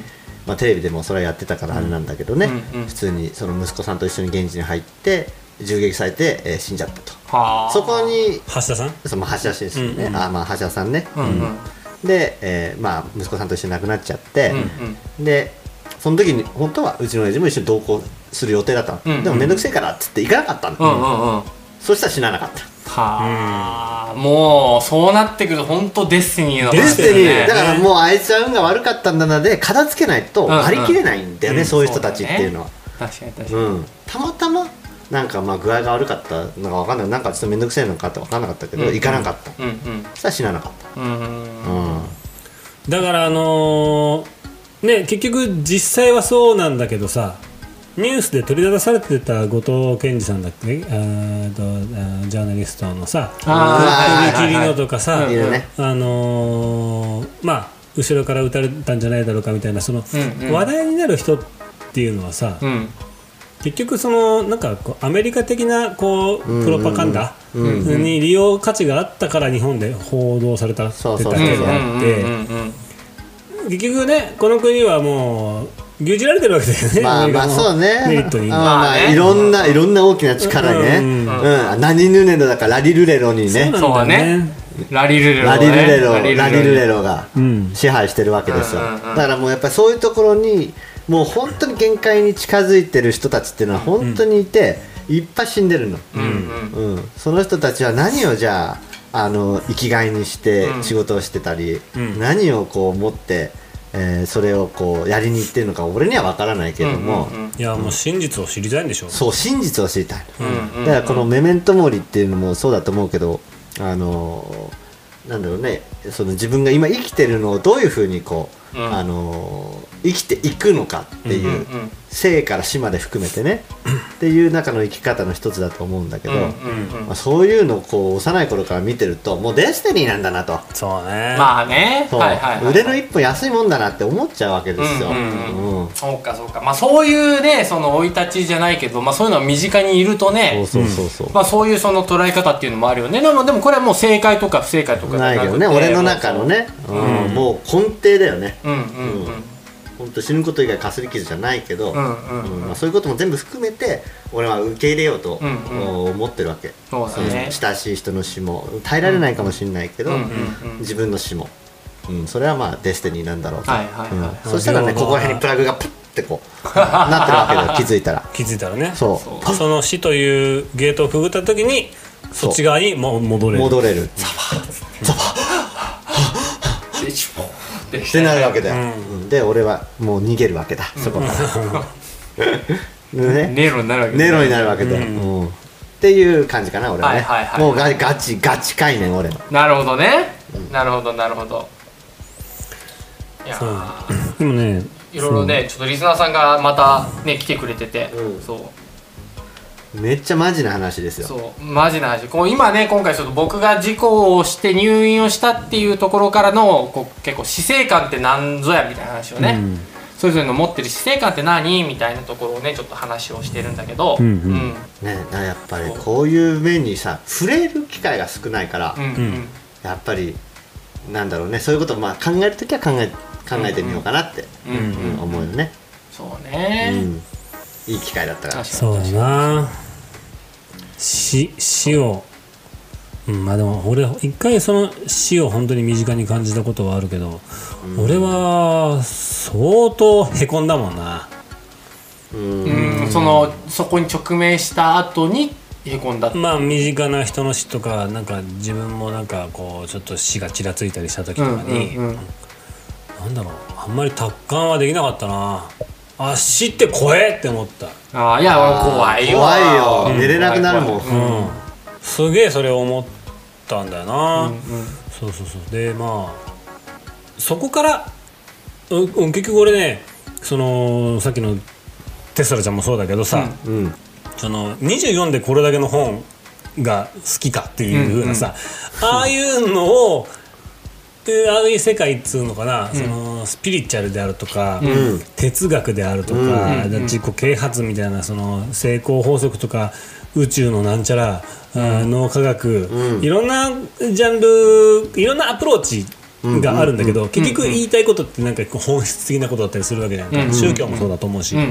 まあ、テレビでもそれはやってたからあれなんだけどね、うんうん、普通にその息子さんと一緒に現地に入って銃撃されて、えー、死んじゃったと。そこに橋田さんその橋田氏ですよね、うんうん、あまあ橋田さんね、 うんうん、 で、えーまあ、息子さんと一緒に亡くなっちゃって、うんうん、でその時に本当はうちの親父も一緒に同行する予定だったの、うんうん、でも面倒くせえからっつって行かなかったの、うんうんうん、そしたら死ななかった。 はあ、うん、もうそうなってくると本当デスティニーのデスティニーだからもうあいつは運が悪かったんだなで片付けないと割り切れないんだよね、うんうん、そういう人たちっていうのは、 うん、確かに確かに、うん、 たまたまなんかまあ具合が悪かったのか分かんないなんかちょっと面倒くせえのかって分かんなかったけど、うんうん、行かなかった、うんうん、そしたら死ななかった、うんうん、 だからあのー、ね結局実際はそうなんだけどさニュースで取り沙汰されてた後藤健二さんだっけあとあジャーナリストのさ踏切のとかさ、うんうん、あのー、まあ後ろから撃たれたんじゃないだろうかみたいなその、うんうん、話題になる人っていうのはさ、うん結局そのなんかこうアメリカ的なこうプロパガンダに利用価値があったから日本で報道されたってだけであって結局ねこの国はもう牛耳られてるわけだよね。 まあまあそうね。メリットにまあまあいろんないろんな大きな力にね。うんうん、何ヌネロだからラリルレロにね。 そうだね。ラリルレロラリルレロラリルレロが支配してるわけですよ。だからもうやっぱりそういうところにもう本当に限界に近づいてる人たちっていうのは本当にいて、うん、いっぱい死んでるの、うんうんうん、その人たちは何をじゃあ、あの生きがいにして仕事をしてたり、うん、何をこう持って、えー、それをこうやりに行ってるのか俺には分からないけども、うんうんうん、 いやもう真実を知りたいんでしょう。 そう真実を知りたい、うんうんうん、だからこのメメントモリっていうのもそうだと思うけどあのー、なんだろうねその自分が今生きてるのをどういうふうにこううん、あのー、生きていくのかっていう、うんうんうん、生から死まで含めてねっていう中の生き方の一つだと思うんだけど、うんうんうんまあ、そういうのをこう幼い頃から見てるともうデスティニーなんだなとそうねまあねそう、はいはいはいはい、腕の一本安いもんだなって思っちゃうわけですよ、うんうんうん、そうかそうかまあそういうねその生い立ちじゃないけど、まあ、そういうのは身近にいるとねそうそうそうそう、 うんまあ、そういうその捉え方っていうのもあるよねでもでもこれはもう正解とか不正解とかないけどね俺の中のね、うんうん、もう根底だよねうんうんうんうん本当死ぬこと以外かすり傷じゃないけど、うんうんうんうんまあ、そういうことも全部含めて俺は受け入れようと思ってるわけ、うんうんそうだね、親しい人の死も耐えられないかもしれないけど、うんうんうん、自分の死も、うん、それはまあデスティニーなんだろうと、はいはいはいうん、そしたらねここら辺にプラグがプッてこうなってるわけだよ気づいたら気づいたらねそうその死というゲートをくぐった時にそっち側にも戻れる戻れるザバッザバッでチュポってなるわけだよ、うん、で俺はもう逃げるわけだ、うん、そこからね、 ネロになるわけだネロになるわけだよ、うんうん、っていう感じかな俺はね、はいはいはい、もうガガチガチ概念俺はなるほどね、うん、なるほどなるほどいやでもねいろいろねちょっとリスナーさんがまたね来てくれてて、うん、そうめっちゃマジな話ですよそうマジな話こう今ね今回ちょっと僕が事故をして入院をしたっていうところからのこう結構死生観って何ぞやみたいな話をね、うん、それぞれの持ってる死生観って何みたいなところをねちょっと話をしてるんだけど、うんうんうんね、やっぱりこういう面にさ触れる機会が少ないから、うんうん、やっぱりなんだろうねそういうことをまあ考えるときは考え、考えてみようかなって、うんうんうん、思うよねそうね、うんいい機会だったからそうだな死死を、うん、まあでも俺一回その死を本当に身近に感じたことはあるけど、うん、俺は相当へこんだもんなうん、うん、そのそこに直面した後にへこんだまあ身近な人の死とかなんか自分もなんかこうちょっと死がちらついたりした時とかに、うんうんうん、なんだろうあんまり達観はできなかったなあ死って怖えって思ったあいや怖いよ怖いよ、うん、寝れなくなるもん、 うんうん、すげえそれを思ったんだよな、うんうん、そうそうそうでまあそこから、うん、結局俺ねそのさっきのテスラちゃんもそうだけどさ、うんうん、そのにじゅうよんでこれだけの本が好きかっていう風なさ、うんうん、ああいうのをああいう世界っつうのかな、うん、そのスピリチュアルであるとか、うん、哲学であるとか、うん、自己啓発みたいなその成功法則とか宇宙のなんちゃら、うん、脳科学、うん、いろんなジャンルいろんなアプローチがあるんだけど、結局言いたいことってなんか本質的なことだったりするわけじゃん、うんうん、宗教もそうだと思うし、うんうん、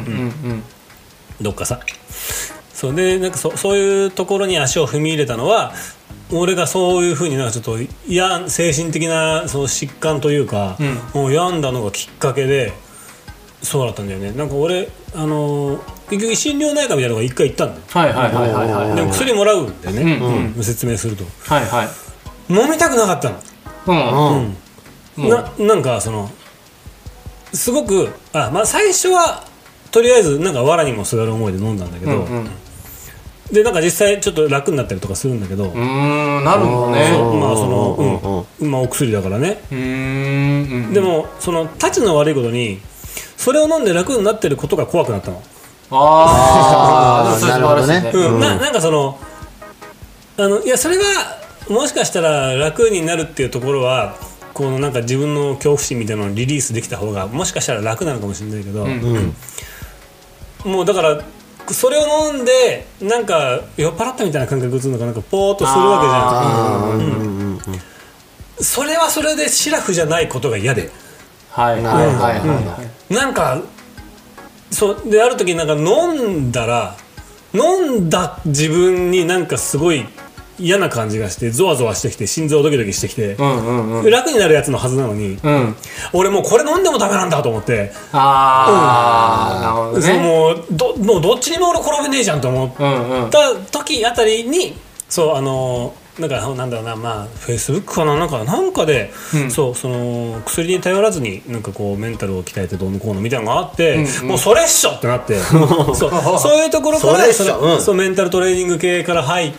どっかさそうでなんか そ, そういうところに足を踏み入れたのは俺がそういうふうになんかちょっとや精神的なその疾患というか、うん、もう病んだのがきっかけでそうだったんだよね。なんか俺あのー、結局診療内科みたいなのが一回行ったんだよ。 はいはいはいはいはい、はい、 でも薬もらうんだよね、うんうん、説明すると、 はいはい、 飲みたくなかったの、うんうん、な, なんかそのすごくあ、まあ、最初はとりあえずなんか藁にもすがる思いで飲んだんだけど、うんうん、でなんか実際ちょっと楽になったりとかするんだけど、うーんなるほどね、 まあその、うんまあ、お薬だからね、うーん、うん、でもそのたちの悪いことにそれを飲んで楽になってることが怖くなったの。 ああなるほどね、 うん、な, なんかそのあのいやそれはもしかしたら楽になるっていうところはこのなんか自分の恐怖心みたいなのをリリースできた方がもしかしたら楽なのかもしれないけど、うんうん、もうだからそれを飲んでなんか酔っ払ったみたいな感覚がするのかなんかポーっとするわけじゃん、うんうんうん、それはそれでシラフじゃないことが嫌で、 はいはいはいはい、 なんかそうである時なんか飲んだら飲んだ自分になんかすごい嫌な感じがしてゾワゾワしてきて心臓ドキドキしてきて、うんうんうん、楽になるやつのはずなのに、うん、俺もうこれ飲んでもダメなんだと思って、あ、うん、なるほどね、もう ど, もうどっちにも俺転べねえじゃんと思った時あたりに、そうあのなんかなんだろうな、まあフェイスブックかななんかなんかで、うん、そうその薬に頼らずになんかこうメンタルを鍛えてどうのこうのみたいなのがあって、うんうん、もうそれっしょってなってそうそういうところからそそ、うん、そうメンタルトレーニング系から入って、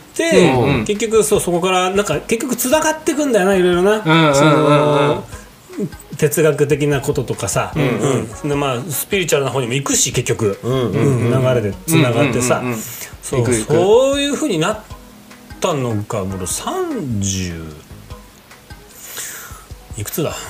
うんうん、結局そうそこからなんか結局つながっていくんだよな、いろいろな、うんうんその哲学的なこととかさ、うんうん、でまあスピリチュアルな方にも行くし結局、うんうんうん、流れでつながってさ、うんうんうん、そう、そういう風になってたのがもうさんじゅういくつだよ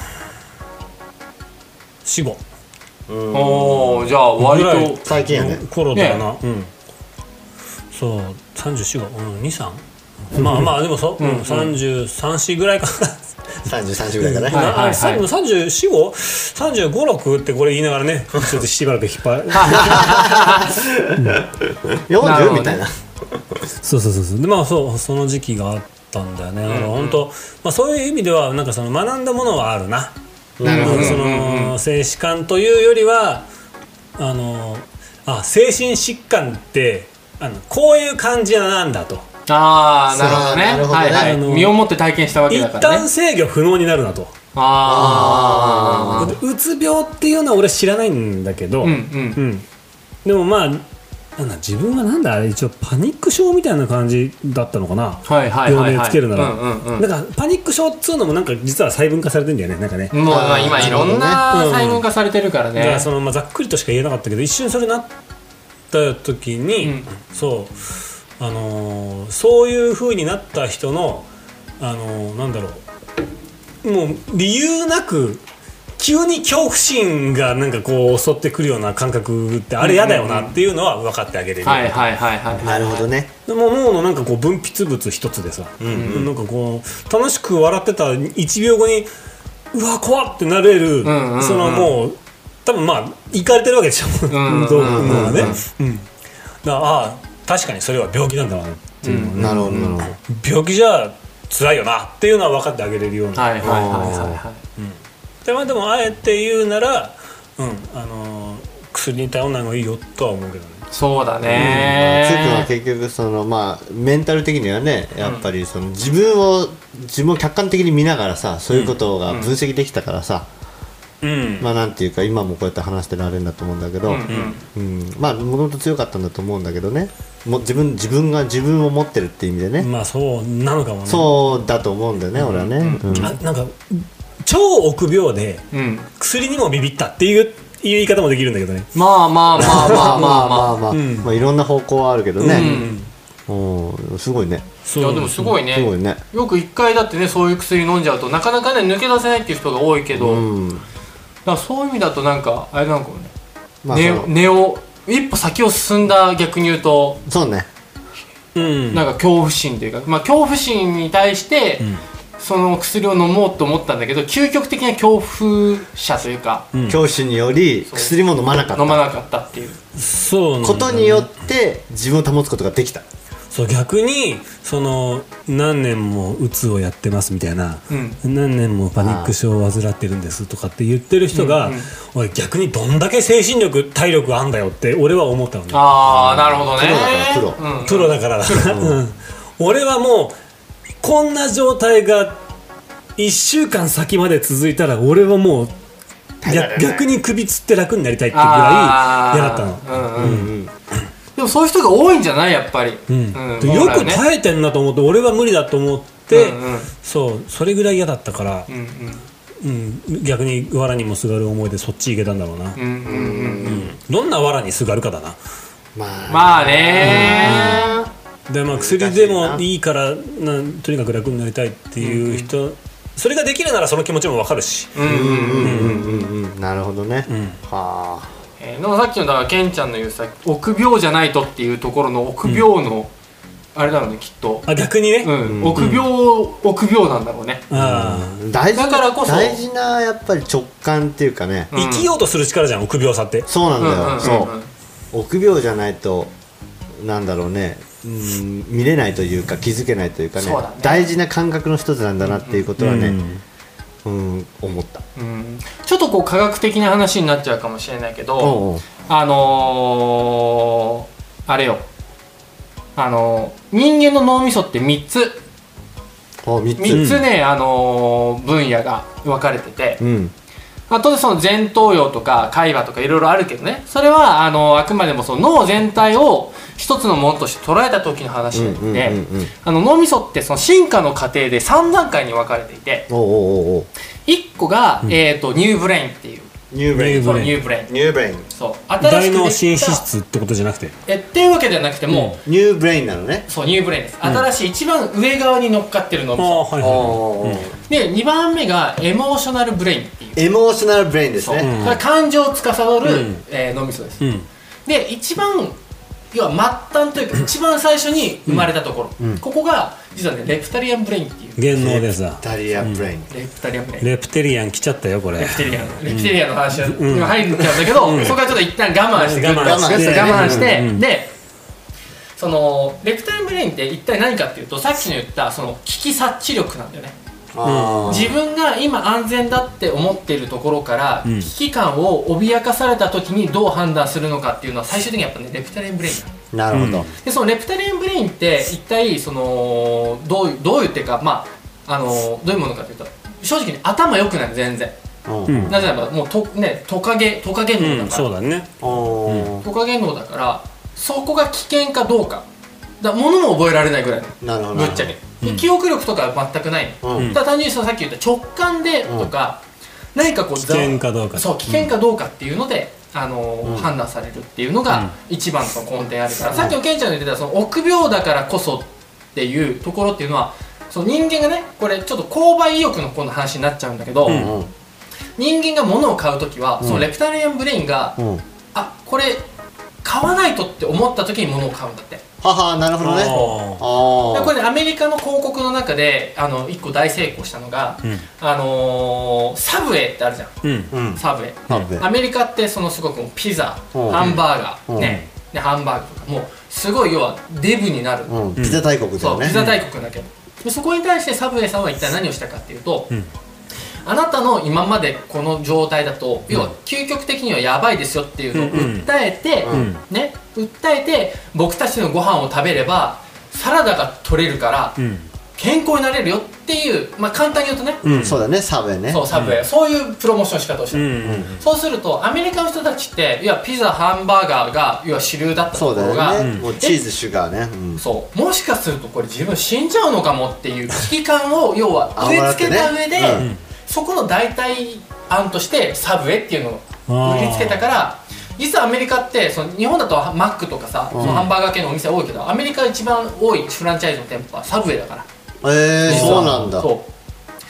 ん、ご、 うん、おーじゃあ割と最近やね頃だよな、ね、うん、そうさんじゅうよん、ご、うん、に、さんまあまあでもそう、うんうん、さんじゅうさん、よんぐらいかなさんじゅうさん、よんぐらいかね、 はいはいはい、さんじゅうよん、ご、さんじゅうご、ろくってこれ言いながらねちょっとしばらく引っ張るよんじゅうみたいなそうそうそうそうでまあそうその時期があったんだよね、うんうん、本当、まあ、そういう意味ではなんかその学んだものはあるな、なるほど、その精子観というよりはあのあ精神疾患ってあのこういう感じなんだと、 ああなるほどね、なるほどね、はいはい、身をもって体験したわけだからね、 一旦制御不能になるなと、 ああうつ病っていうのは俺知らないんだけど、うんうんうん、でもまあなんだ自分はなんだあれ一応パニック症みたいな感じだったのかな、はいはいはいはい、病名つけるなら、うんうんうん、なんかパニック症っつうのもなんか実は細分化されてるんだよね、なんかね、 もうまあ今いろんな細分化されてるからね、うん、だからその、まあ、ざっくりとしか言えなかったけど一瞬それなった時に、うん、そうあのー、そういう風になった人のあのー、なんだろうもう理由なく急に恐怖心がなんかこう襲ってくるような感覚ってあれ嫌だよなっていうのは分かってあげれる、 はいはいはいはい、 なるほどね。 でも脳のなんかこう分泌物一つでさ、うんうん、なんかこう楽しく笑ってたいちびょうごにうわ怖ってなれる、うんうんうん、そのもう多分まあいかれてるわけでしょ、うんうん、脳がね、うん、だからああ確かにそれは病気なんだなっていうの、ね、うん、 なるほどなるほど、 病気じゃ辛いよなっていうのは分かってあげれるような、 はいはいはいはい、うんでまあ、でもあえて言うなら、うんあのー、薬に頼んない方がいいよとは思うけどね。 そうだね、 つーくんは結局その、まあ、メンタル的にはねやっぱりその自分を自分を客観的に見ながらさそういうことが分析できたからさ、うんうん、まあなんていうか今もこうやって話してられるんだと思うんだけど、うんうんうん、まあもともと強かったんだと思うんだけどねも自分自分が自分を持ってるっていう意味でね、 まあそうなのかもね。 そうだと思うんだよね、うん、俺はね、うんうん、 あなんか超臆病で、うん、薬にもビビったっていう言い方もできるんだけどね。 まあまあまあまあまあまあまあまあ、 うんまあ、いろんな方向はあるけどね、うん、おすごいね。 いやでもすごいね、 すごいね。 よく一回だってねそういう薬飲んじゃうとなかなかね抜け出せないっていう人が多いけど、うん、だからそういう意味だとなんかあれなんかもね、まあ、根, 根を一歩先を進んだ逆に言うとそうね、 うん、なんか恐怖心というか、まあ、恐怖心に対して、 その薬を飲もうと思ったんだけど、究極的な恐怖者というか、 うん、恐怖により薬も飲まなかった飲まなかったっていうそうことによって自分を保つことができた。 そう逆にその何年もうつをやってますみたいな、うん、何年もパニック症を患ってるんですとかって言ってる人が、うんうん、俺逆にどんだけ精神力体力あんだよって俺は思ったのね。 ああなるほどね。 プロだからプロ、うん、プロだから、うん、俺はもうこんな状態がいっしゅうかん先まで続いたら俺はもう逆に首つって楽になりたいっていうぐらい嫌だったの。うんうんうんでもそういう人が多いんじゃないやっぱり、 うんうん、よく耐えてんなと思って俺は無理だと思って、うんうん、そうそれぐらい嫌だったから、うんうんうん、逆に藁にもすがる思いでそっち行けたんだろうな、うんうんうんうん、どんな藁にすがるかだな。 まあ、まあねーで、まあ、薬でもいいからなとにかく楽になりたいっていう人、うんうん、それができるならその気持ちも分かるし。 なるほどね、うん、はあえー、でもさっきのだからケンちゃんの言うさ臆病じゃないとっていうところの臆病の、うん、あれだろうねきっと。 あ逆にね、 うん、臆病、うん、臆病なんだろうね。 あ大事だからこそ大事なやっぱり直感っていうかね、 うん、生きようとする力じゃん臆病さって。 そうなんだよ、うんうんうんうん、そう臆病じゃないとなんだろうね、うん、見れないというか気づけないというか ね, ね大事な感覚の一つなんだなっていうことはね、うんうんうん、思った、 うん、ちょっとこう科学的な話になっちゃうかもしれないけど、おうおうあのー、あれよ、あのー、人間の脳みそってみっつみっつ, みっつね、あのー、分野が分かれてて、うん、あとでその前頭葉とか海馬とかいろいろあるけどね、それはあのー、あくまでもその脳全体を一つのものとして捉えた時の話なので、脳みそってその進化の過程でさんだんかいに分かれていて、おうおうおういっこが、うん、えーと、ニューブレインっていうニューブレインそうニューブレインニューブレインそう大脳新脂質ってことじゃなくてえっていうわけではなくてもう、うん、ニューブレインなのね。 そうニューブレインです、うん、新しい一番上側に乗っかってる脳みそ、はいはいはい、でにばんめがエモーショナルブレインっていうエモーショナルブレインですね。 これは感情を司る、うんえー、脳みそです、うん、で一番要は末端というか一番最初に生まれたところ、うん、ここが実はねレプタリアンブレインっていう原能でさレプタリアンブレイン、うん、 レプタリアンブレインレプテリアン来ちゃったよこれ。 レプテリアンレプテリアンの話は今入るんだけど、うん、そこはちょっと一旦我慢して我慢して、我慢して、うん、でそのレプタリアンブレインって一体何かっていうとさっきの言ったその危機察知力なんだよね。うん、自分が今安全だって思っているところから、うん、危機感を脅かされた時にどう判断するのかっていうのは最終的にやっぱねレプタリアンブレインなるほど、 うん、でそのレプタリアンブレインって一体そのどういうどういうっていうかまああのどういうものかというと正直に頭良くない全然、うん、なぜならばもうとねトカゲトカゲ脳だから、うん、 そうだね、 うん、トカゲ脳だからそこが危険かどうかだ物も覚えられないぐらいのぶっちゃけ、うん、記憶力とかは全くないの、うん、ただ単純にさっき言った直感でとか、うん、何かこう危険かどうかそう危険かどうかっていうので、あのーうん、判断されるっていうのが一番の根底あるから、うん、さっきのケンちゃんの言ってたその臆病だからこそっていうところっていうのはその人間がねこれちょっと購買意欲のこの話になっちゃうんだけど、うんうん、人間が物を買うときは、うん、そのレプタリアンブレインが、うん、あこれ買わないとって思ったときに物を買うんだって。 ははなるほどね。 あこれねアメリカの広告の中であのいっこ大成功したのが、うん、あのー、サブウェイってあるじゃん、うん、サブウェイ、うん、アメリカってそのすごくピザ、うん、ハンバーガー、うん、ねでハンバーグとかもうすごい要はデブになる、 うん、ピザ大国だよね。 そうピザ大国だけど、うん、でそこに対してサブウェイさんは一体何をしたかっていうと、うん、あなたの今までこの状態だと、うん、要は究極的にはやばいですよっていうのを訴えて、うん、ね訴えて僕たちのご飯を食べればサラダが取れるから、うん、健康になれるよっていう、まあ、簡単に言うとね、 うん、そうだねサブウェイねそうサブウェイ、うん、そういうプロモーションの仕方をした、うんうん、そうするとアメリカの人たちっていやピザハンバーガーが要は主流だったところが、 そうだよね、もうチーズシュガーね、 うん、そうもしかするとこれ自分死んじゃうのかもっていう危機感を要は植え付けた上で、ねうん、そこの代替案としてサブウェイっていうのを売りつけたから、実はアメリカってその日本だとマックとかさ、うん、そのハンバーガー系のお店多いけどアメリカが一番多いフランチャイズの店舗はサブウェイだから。 えー、そうなんだ。 そう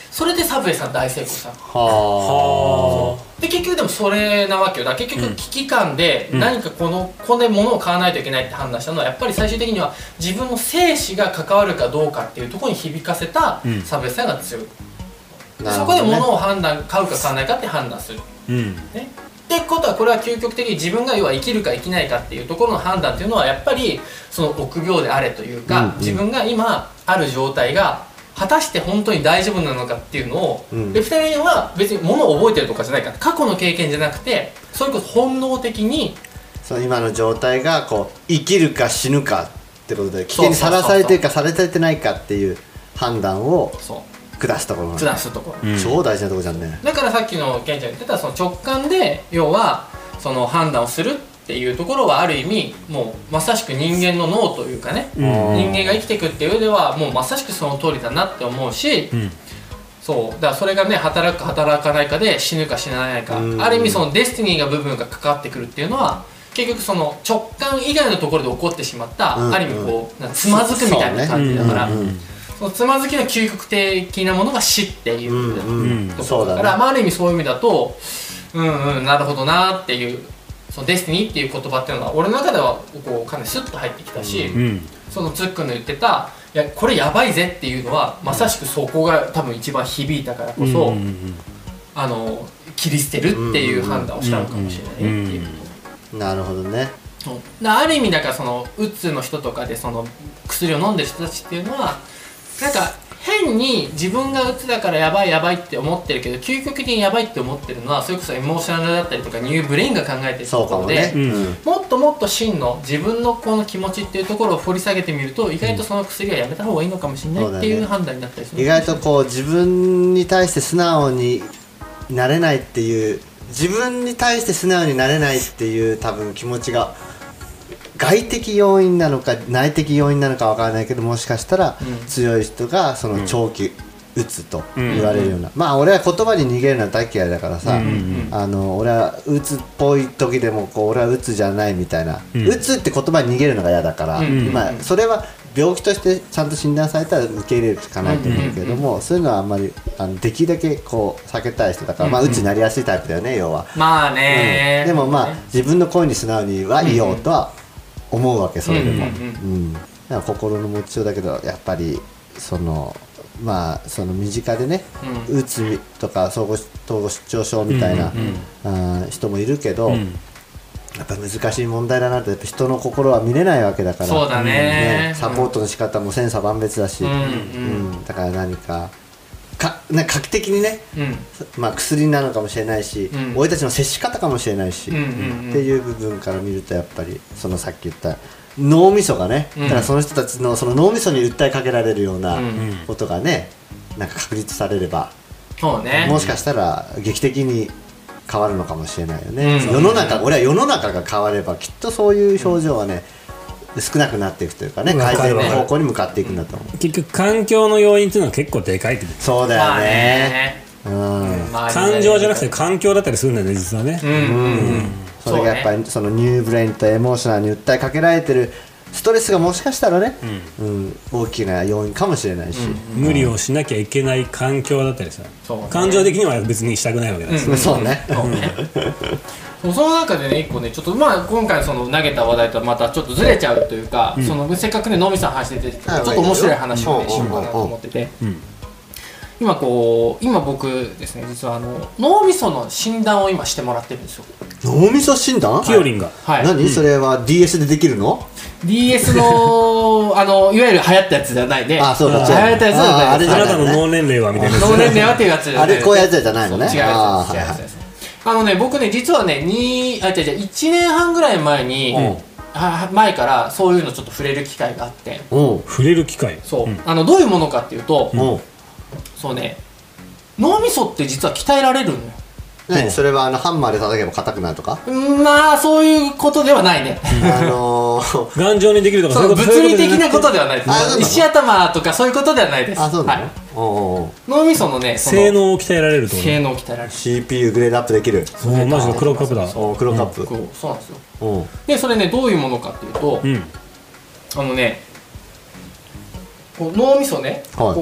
それでサブウェイさん大成功したの。 はあ。で結局でもそれなわけよ。だから結局危機感で何かこのここで物を買わないといけないって判断したのはやっぱり最終的には自分の生死が関わるかどうかっていうところに響かせたサブウェイさんが強い、うんね、そこで物を判断買うか買わないかって判断する、うんね、ってことはこれは究極的に自分が要は生きるか生きないかっていうところの判断っていうのはやっぱりその臆病であれというか、うんうん、自分が今ある状態が果たして本当に大丈夫なのかっていうのを、うん、でふたりは別に物を覚えてるとかじゃないから過去の経験じゃなくてそれこそ本能的にその今の状態がこう生きるか死ぬかってことで危険にさらされてるかされてないかっていう判断を下すところ下すところ、 うん、超大事なところじゃんね。 だからさっきのケンちゃんが言ってたその直感で要はその判断をするっていうところはある意味もうまさしく人間の脳というかね、うん、人間が生きていくっていう上ではもうまさしくその通りだなって思うし、うん、そうだからそれがね働くか働かないかで死ぬか死なないか、うん、ある意味そのデスティニーが部分が関わってくるっていうのは結局その直感以外のところで起こってしまった、うん、ある意味こうなんかつまずくみたいな感じだから、ね、そのつまずきの究極的なものが死っていう、うんうん、ところだから、ねまあ、ある意味そういう意味だとうんうんなるほどなっていうそのデスティニーっていう言葉っていうのは俺の中ではこうかなりスッと入ってきたし、うん、そのつっくんの言ってたいやこれやばいぜっていうのはまさしくそこが多分一番響いたからこそ、うんうんうん、あの切り捨てるっていう判断をしたのかもしれないっていう、 うん、なるほどね。 ある意味だからそのうつの人とかでその薬を飲んでる人たちっていうのはなんか変に自分がうつだからやばいやばいって思ってるけど究極的にやばいって思ってるのはそれこそエモーショナルだったりとかニューブレインが考えてるところで、ねうん、もっともっと真の自分のこの気持ちっていうところを掘り下げてみると意外とその薬はやめた方がいいのかもしれないっていう判断になったりする、ね、 意外とこう自分に対して素直になれないっていう自分に対して素直になれないっていう多分気持ちが外的要因なのか内的要因なのか分からないけどもしかしたら強い人がその長期うつと言われるような、うん、まあ俺は言葉に逃げるのは大嫌いだからさ、うん、あの俺はうつっぽい時でもこう俺はうつじゃないみたいな、うん、うつって言葉に逃げるのが嫌だから、うん、まあそれは病気としてちゃんと診断されたら受け入れるしかないと思うけれども、うん、そういうのはあんまりあのできるだけこう避けたい人だから、まあうつになりやすいタイプだよね要は。 まあね、 うん、でもまあ自分の声に素直にはいようとは思うわけそれでも、うんうんうん、だから心の持ちようだけどやっぱりそのまあその身近でね、うん、うつとか統合失調症みたいな、うんうん、あ人もいるけど、うん、やっぱ難しい問題だなとやっぱ人の心は見れないわけだからそうだね、 ねサポートの仕方も千差万別だし、うんうんうん、だから何かかなんか画期的にね、うんまあ、薬なのかもしれないし、うん、俺たちの接し方かもしれないし、うんうんうん、っていう部分から見るとやっぱりそのさっき言った脳みそがね、うん、だからその人たちのその脳みそに訴えかけられるようなことがね、うん、なんか確立されれば、 そうね、 もしかしたら劇的に変わるのかもしれないよね、うん、世の中俺は世の中が変わればきっとそういう症状はね、うん、少なくなっていくというかね改善の方向に向かっていくんだと思う。 結局環境の要因っていうのは結構でかいってこと。 そうだよね、まあね、うん、感情じゃなくて環境だったりするんだよね実はね、うんうんうん、それがやっぱりそのニューブレインとエモーショナルに訴えかけられてるストレスがもしかしたらね、うんうん、大きな要因かもしれないし、 うん、無理をしなきゃいけない環境だったりさ、ね、感情的には別にしたくないわけだし、 うん、そうねその中でね一個ねちょっとまあ今回その投げた話題とはまたちょっとずれちゃうというか、うん、そのせっかくね脳みその話で出てきたちょっと面白い話をねしようかなと思ってて、うん、今こう今僕ですね実はあの脳みその診断を今してもらってるんですよ。 脳みそ診断？ キヨリンが、 はい、 何、うん、それは ディーエス でできるの？ ディーエス のあのいわゆる流行ったやつじゃないね。 あ、そうか、 流行ったやつじゃない。 あれじゃない。あなたの脳年齢はみたいな。 脳年齢はっていうやつじゃない。 あれこういうやつじゃないのね。 違うやつです。違うやつです。あのね僕ね実はねにあ違う違ういちねんはんぐらい前に、うん、は前からそういうのちょっと触れる機会があって。 うん、触れる機会。 そう、うん、あのどういうものかっていうと、うん、そうね脳みそって実は鍛えられるのよ。 ね、それはあのハンマーで叩けば硬くなるとか？ まあそういうことではないね。 あのー、頑丈にできるとかそう物理的なことではないです。石頭とかそういうことではないです。 あ、そうなの、はい、 おうおう脳みそのねその性能を鍛えられると性能を鍛えられるシーピーユー グレードアップできる。 そうマジのクロックアップだ。 そうクロックアップ、 うん、そうなんですよ。でそれねどういうものかっていうと、うん、あのねこう脳みそね、はい、こう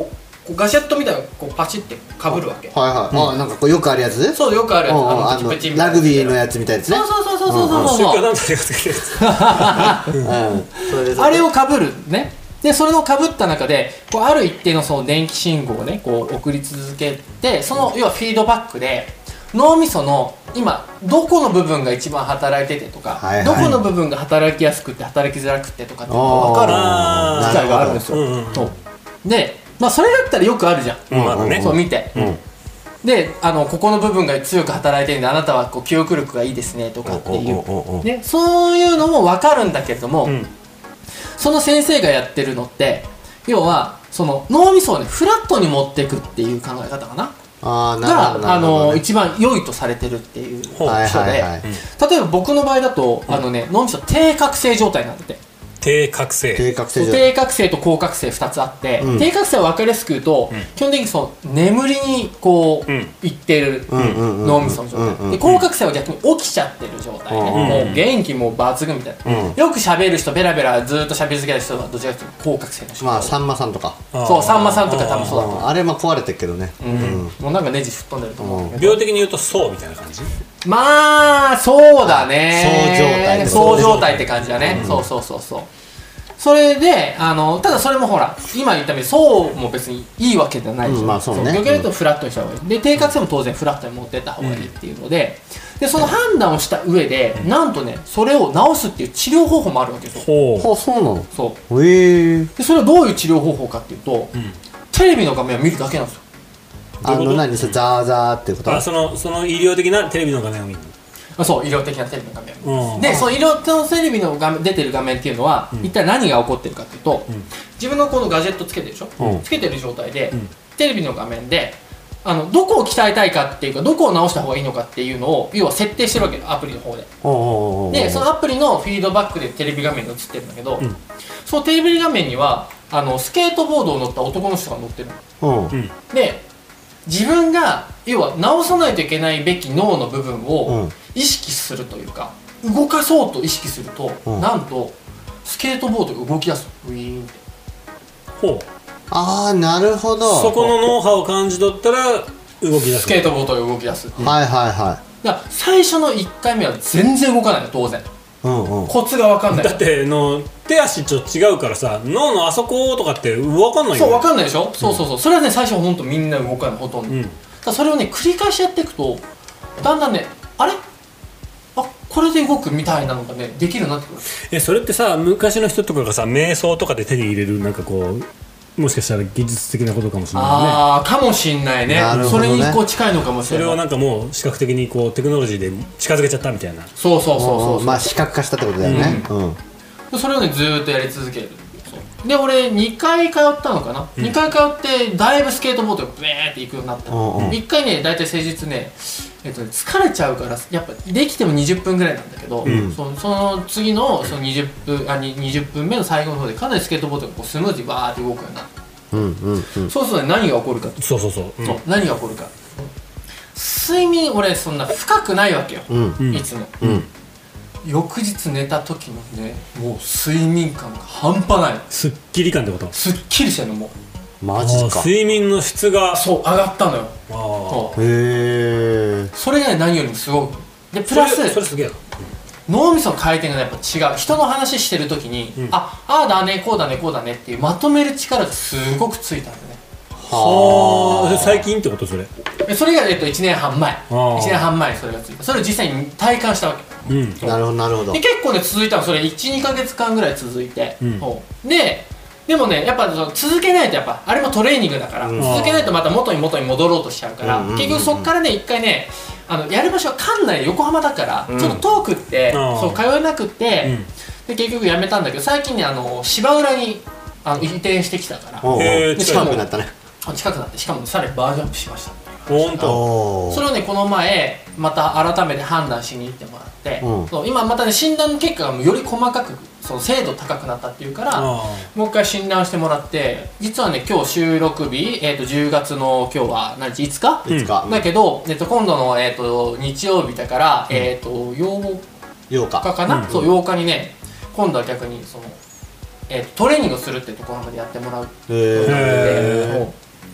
こうガジェットみたいなこうパチってかぶるわけ。 はいはい、あなんかこうよくあるやつ。 そうよくあるやつ、 あのラグビーのやつみたいですね。 そうそうそうそうそうそう宗教団体がつけてるやつあれをかぶるね。でそれをかぶった中でこうある一定のその電気信号をねこう送り続けて、その要はフィードバックで脳みその今どこの部分が一番働いててとか、はいはい、どこの部分が働きやすくて働きづらくてとかっていうのが分かる機会があるんですよ、うんうん、で、まあ、それだったらよくあるじゃん、うんうんうん、そう見て、うん、であのここの部分が強く働いてるんであなたはこう記憶力がいいですねとかっていう、ね、そういうのも分かるんだけれども、うん、その先生がやってるのって要はその脳みそをねフラットに持っていくっていう考え方かなあがあの一番良いとされてるっていう人で、はいはいはい、例えば僕の場合だと、うん、あのね、脳みそ低覚醒状態なんだって。 低覚醒低覚醒低覚醒と高覚醒ふたつあって、うん、低覚醒は分かりやすく言うと、うん、基本的にその眠りにこう、うん、いってる脳みその状態で、高覚醒は逆に起きちゃってる状態ね、うん、もう元気も抜群みたいな、うん、よく喋る人ベラベラずっと喋り続ける人はどちらかというと高覚醒の人、 まあさんまさんとかそうさんまさんとか多分そうだと思う。 あれまあ壊れてるけどね、 うんうん、もうなんかネジ吹っ飛んでると思うけど、 病的に言うとそうみたいな感じ。 まあそうだね、 そう状態そう状態って感じだね、うん、そうそうそうそう。それであのただそれもほら今言ったようにそうも別にいいわけじゃないでしょ、うん、まあそうね、逆に言うとフラットにした方がいいで、低覚醒も当然フラットに持ってった方がいいっていうので、うん、でその判断をした上で、うん、なんとねそれを治すっていう治療方法もあるわけですよ。 ほう、そうなの。 そうへえ。 でそれはどういう治療方法かっていうと、うん、テレビの画面を見るだけなんですよ。 あの何それザーザーっていうこと？ あそのその医療的なテレビの画面を見る。 あそう医療的なテレビの画面、うん、でその医療のテレビの画面出てる画面っていうのは、うん、一体何が起こってるかっていうと、うん、自分のこのガジェットつけてるでしょ、うん、つけてる状態で、うん、テレビの画面であのどこを鍛えたいかっていうかどこを直した方がいいのかっていうのを要は設定してるわけよ、アプリの方で。でそのアプリのフィードバックでテレビ画面が映ってるんだけど、うん、そのテレビ画面にはあのスケートボードを乗った男の人が乗ってるの、うん、で自分が要は直さないといけないべき脳の部分を意識するというか動かそうと意識すると、うん、なんとスケートボードが動き出すウィーンって。 ほう。 ああなるほど。 そこのノウハウを感じ取ったら動き出す。 スケートボードが動き出す。 はいはいはい。 だから最初のいっかいめは全然動かないの当然。うんうん、コツが分かんない。 だっての手足ちょっと違うからさ脳のあそことかって分かんないよね。 そう分かんないでしょ、うん、そうそうそうそれはね最初はほんとみんな動かないほとんど、うん、だそれをね繰り返しやっていくとだんだんねあれあこれで動くみたいなのがねできるようになってくる。 えそれってさ昔の人とかがさ瞑想とかで手に入れるなんかこうもしかしたら技術的なことかもしれないね。 ああかもしんない ね, ねそれにこう近いのかもしれない。 それをなんかもう視覚的にこうテクノロジーで近づけちゃったみたいな。 そうそうそうそうそうまあ視覚化したってことだよね、うんうん、それをねずーっとやり続ける。で俺にかい通ったのかな、うん、にかい通ってだいぶスケートボードがブーって行くようになった、うん、いっかいねだいたい施術ね、えっと、疲れちゃうからやっぱできてもにじゅっぷんぐらいなんだけど、うん、そ, その次 の, そのにじゅっぷんあにじゅっぷんめの最後の方でかなりスケートボードがこうスムーズにバーって動くようになった、うんうんうん、そうすると、ね、何が起こるかそうそうそう、うん、そう何が起こるか睡眠俺そんな深くないわけよ、うん、いつも、うん翌日寝た時のねもう睡眠感が半端ない。 すっきり感ってこと？ すっきりしてるのもうマジか。 睡眠の質がそう上がったのよ。あへえ。それが、ね、何よりもすごくでプラスそれ、それすげえな、 うん、脳みその回転がやっぱ違う。人の話してる時に、うん、あああだねこうだねこうだねっていうまとめる力がすごくついたんだね。 はあ最近ってことそれ？ それが、えっと、いちねんはんまえいちねんはんまえにそれがついた。それを実際に体感したわけ。 うん、なるほどなるほど。 で結構ね続いたのそれいちにかげつかんぐらい続いて、うん、ででもねやっぱ続けないとやっぱあれもトレーニングだから、うん、続けないとまた元に元に戻ろうとしちゃうから、うん、結局そっからね一回ねあのやる場所は館内横浜だから、うん、ちょっと遠くって、うん、そう通えなくって、うん、で結局やめたんだけど最近ねあの芝浦にあの移転してきたからで近くなったね。 近くなってしかも、ね、さらにバージョンアップしました。 本当。 それをねこの前また改めて判断しに行ってもらって、うん、そう今またね診断の結果がより細かくその精度高くなったっていうからもう一回診断してもらって実はね今日収録日、えー、とじゅうがつの今日は何日いつか、 いつかだけど、えー、と今度の、えー、と日曜日だから、うん、えー、とようかかな、うん、そうようかにね今度は逆にその、えー、トレーニングをするっていうところまでやってもらうということで。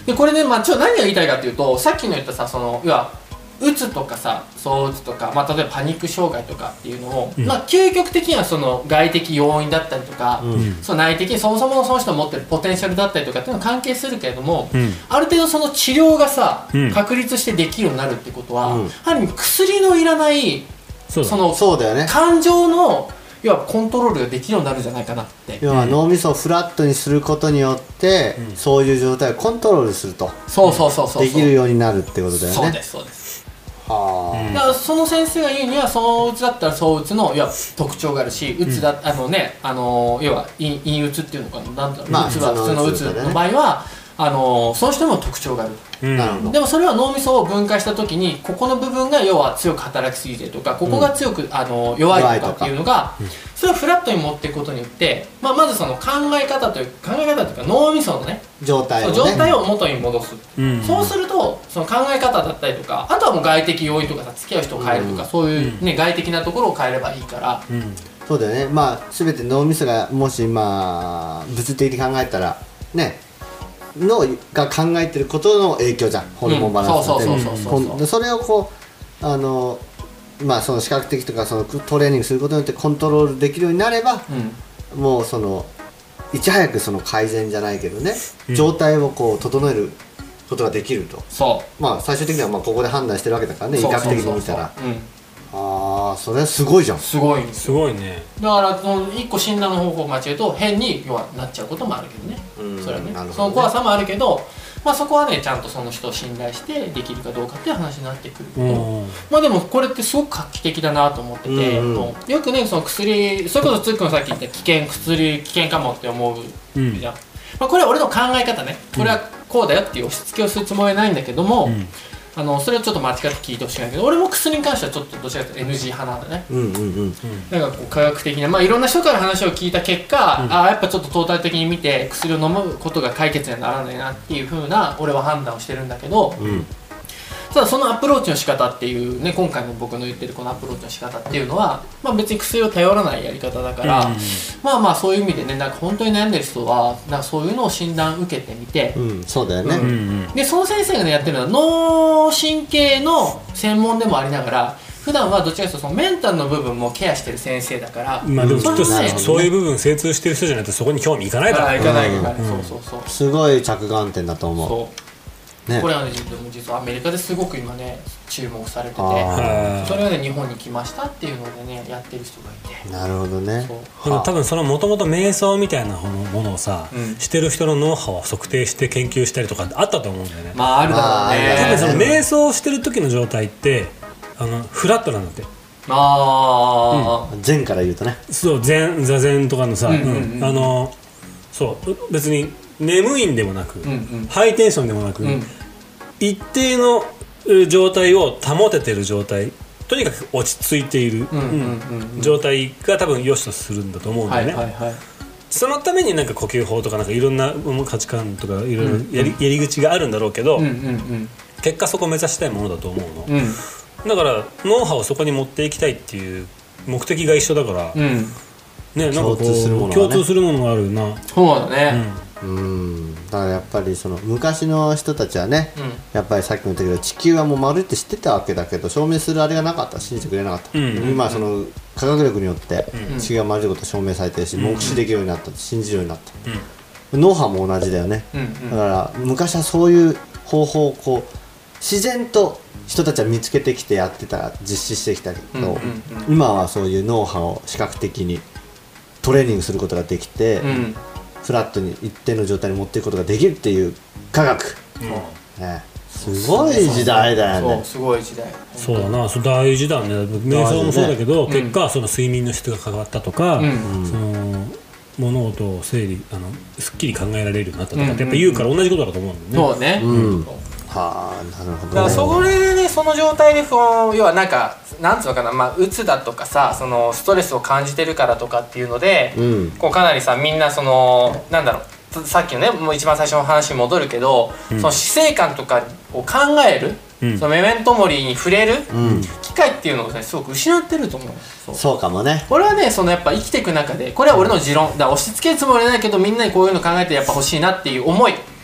でこれね、まあ、ちょっと何が言いたいかっていうと、さっきの言ったさ、その要はうつとかさ、躁うつとか、まあ、例えばパニック障害とかっていうのを、うん、まあ、究極的にはその外的要因だったりとか、うん、その内的にそもそもその人の持ってるポテンシャルだったりとかっていうのは関係するけれども、うん、ある程度その治療がさ、うん、確立してできるようになるってことは、うん、ある意味薬のいらないそのそうだよね、 感情の要はコントロールができるようになるんじゃないかなって。 要は脳みそをフラットにすることによって、うん、そういう状態をコントロールすると、 そうそうそうそう、 できるようになるってことだよね。 そうですそうです。はあ、だからその先生が言うには、そのうつだったらそううつの要は特徴があるし、うつだ、うん、あのね、あの要は陰陰うつっていうのかな、なんだろう、まあ、うつは普通のうつの場合は、あのその人にも特徴がある、うん、でもそれは脳みそを分解した時に、ここの部分が要は強く働きすぎてとか、ここが強く、うん、あの弱いとかっていうのが、うん、それをフラットに持っていくことによって、まあ、まずその考え方という考え方というか脳みそのね状態を、ね、 状態を元に戻す、うん、そうするとその考え方だったりとか、あとはもう外的要因とかさ、付き合う人を変えるとか、うん、そういう、ね、外的なところを変えればいいから、うん、 そうだよね。まあ全て脳みそがもしまあ物理的に考えたらね、脳が考えてることの影響じゃん、ホルモンバランスで、それをこうあのまあその視覚的とかそのトレーニングすることによってコントロールできるようになれば、うん、もうそのいち早くその改善じゃないけどね、うん、状態をこう整えることができると。そうまあ最終的にはまあここで判断してるわけだからね、医学的に見たら。ああ、それはすごいじゃん。 すごいすごいね。 だからそのいっこ診断の方法を間違えると変に要はなっちゃうこともあるけどね、うん、それはね、ね、その怖さもあるけど、まあ、そこはねちゃんとその人を信頼してできるかどうかっていう話になってくるけど、うん、まあでもこれってすごく画期的だなと思ってて、うんうん、よくねその薬、それこそつっくんさっき言った危険薬危険かもって思うじゃん、うん、まあ、これは俺の考え方ね、これはこうだよっていう押し付けをするつもりはないんだけども、うん、あのそれをちょっと間違って聞いてほしいんだけど、俺も薬に関してはちょっとどちらかというと エヌジー 派なんだね、うんうんうん、なんかこう科学的な、まあ、いろんな人から話を聞いた結果、うん、ああやっぱちょっとトータル的に見て薬を飲むことが解決にはならないなっていう風な俺は判断をしてるんだけど、うん、ただそのアプローチの仕方っていうね、今回の僕の言ってるこのアプローチの仕方っていうのは、まあ、別に薬を頼らないやり方だから、うん、まあまあそういう意味でね、なんか本当に悩んでる人はなんかそういうのを診断受けてみて、 うん、そうだよね、うん、 でその先生がねやってるのは脳神経の専門でもありながら、普段はどちらかというとそのメンタルの部分もケアしてる先生だから、 まあでもきっとそういう部分精通してる人じゃないとそこに興味いかないだろう。 いかないいかない、そうそうそう、 すごい着眼点だと思う。 そうね、これはね実はアメリカですごく今ね注目されてて、それはね日本に来ましたっていうのでねやってる人がいて。 なるほどね。 でも多分そのもともと瞑想みたいなものをさ、うん、してる人の脳波を測定して研究したりとかあったと思うんだよね。 まああるだろうね。 多分その瞑想してる時の状態ってあのフラットなんだって。 ああ、 うん、禅から言うとね。 そう禅座禅とかのさ、うんうんうん、あのそう別に眠いんでもなく、うんうん、ハイテンションでもなく、うん、一定の状態を保ててる状態、とにかく落ち着いている状態が多分良しとするんだと思うんだよね、はいはいはい、そのためになんか呼吸法とかなんかいろんな価値観とかいろいろやり、やり口があるんだろうけど、うんうんうん、結果そこを目指したいものだと思うの、うん、だから脳波をそこに持っていきたいっていう目的が一緒だから、うんね、なんかこう共通するものが、ね、共通するものがあるな。 そうだね、 うん、うんだからやっぱりその昔の人たちはね、うん、やっぱりさっきも言ったけど地球はもう丸って知ってたわけだけど証明するあれがなかった、信じてくれなかった、うんうんうん、今その科学力によって地球が丸いこと証明されてるし、うんうん、目視できるようになった、信じるようになった、うん、脳波も同じだよね、うんうん、だから昔はそういう方法をこう自然と人たちは見つけてきてやってた、実施してきたけど、うんうんうん、今はそういう脳波を視覚的にトレーニングすることができて、うん、フラットに一定の状態に持っていくことができるっていう科学、うんね、すごい時代だよね。 そうすごい時代。 そうだな、そ大事だね。瞑想もそうだけど、ね、結果その睡眠の質が変わったとか、うん、その物事を整理あのすっきり考えられるようになったとかって、うんうん、やっぱ言うから同じことだと思うんだよね。 そうね、 うんはあ、なるほどね。 だからそれでね、その状態で不安、要はなんかなんつうのかな、まあ、うつだとかさ、そのストレスを感じてるからとかっていうので、うん、こうかなりさみんなそのなんだろう、さっきのねもう一番最初の話に戻るけど、うん、その死生観とかを考える、うん、そのメメントモリに触れる機会っていうのを、ね、すごく失ってると思う。 そう、そうかもね。 俺はねそのやっぱ生きていく中で、これは俺の持論だ、押し付けるつもりはないけどみんなにこういうの考えてやっぱ欲しいなっていう思い、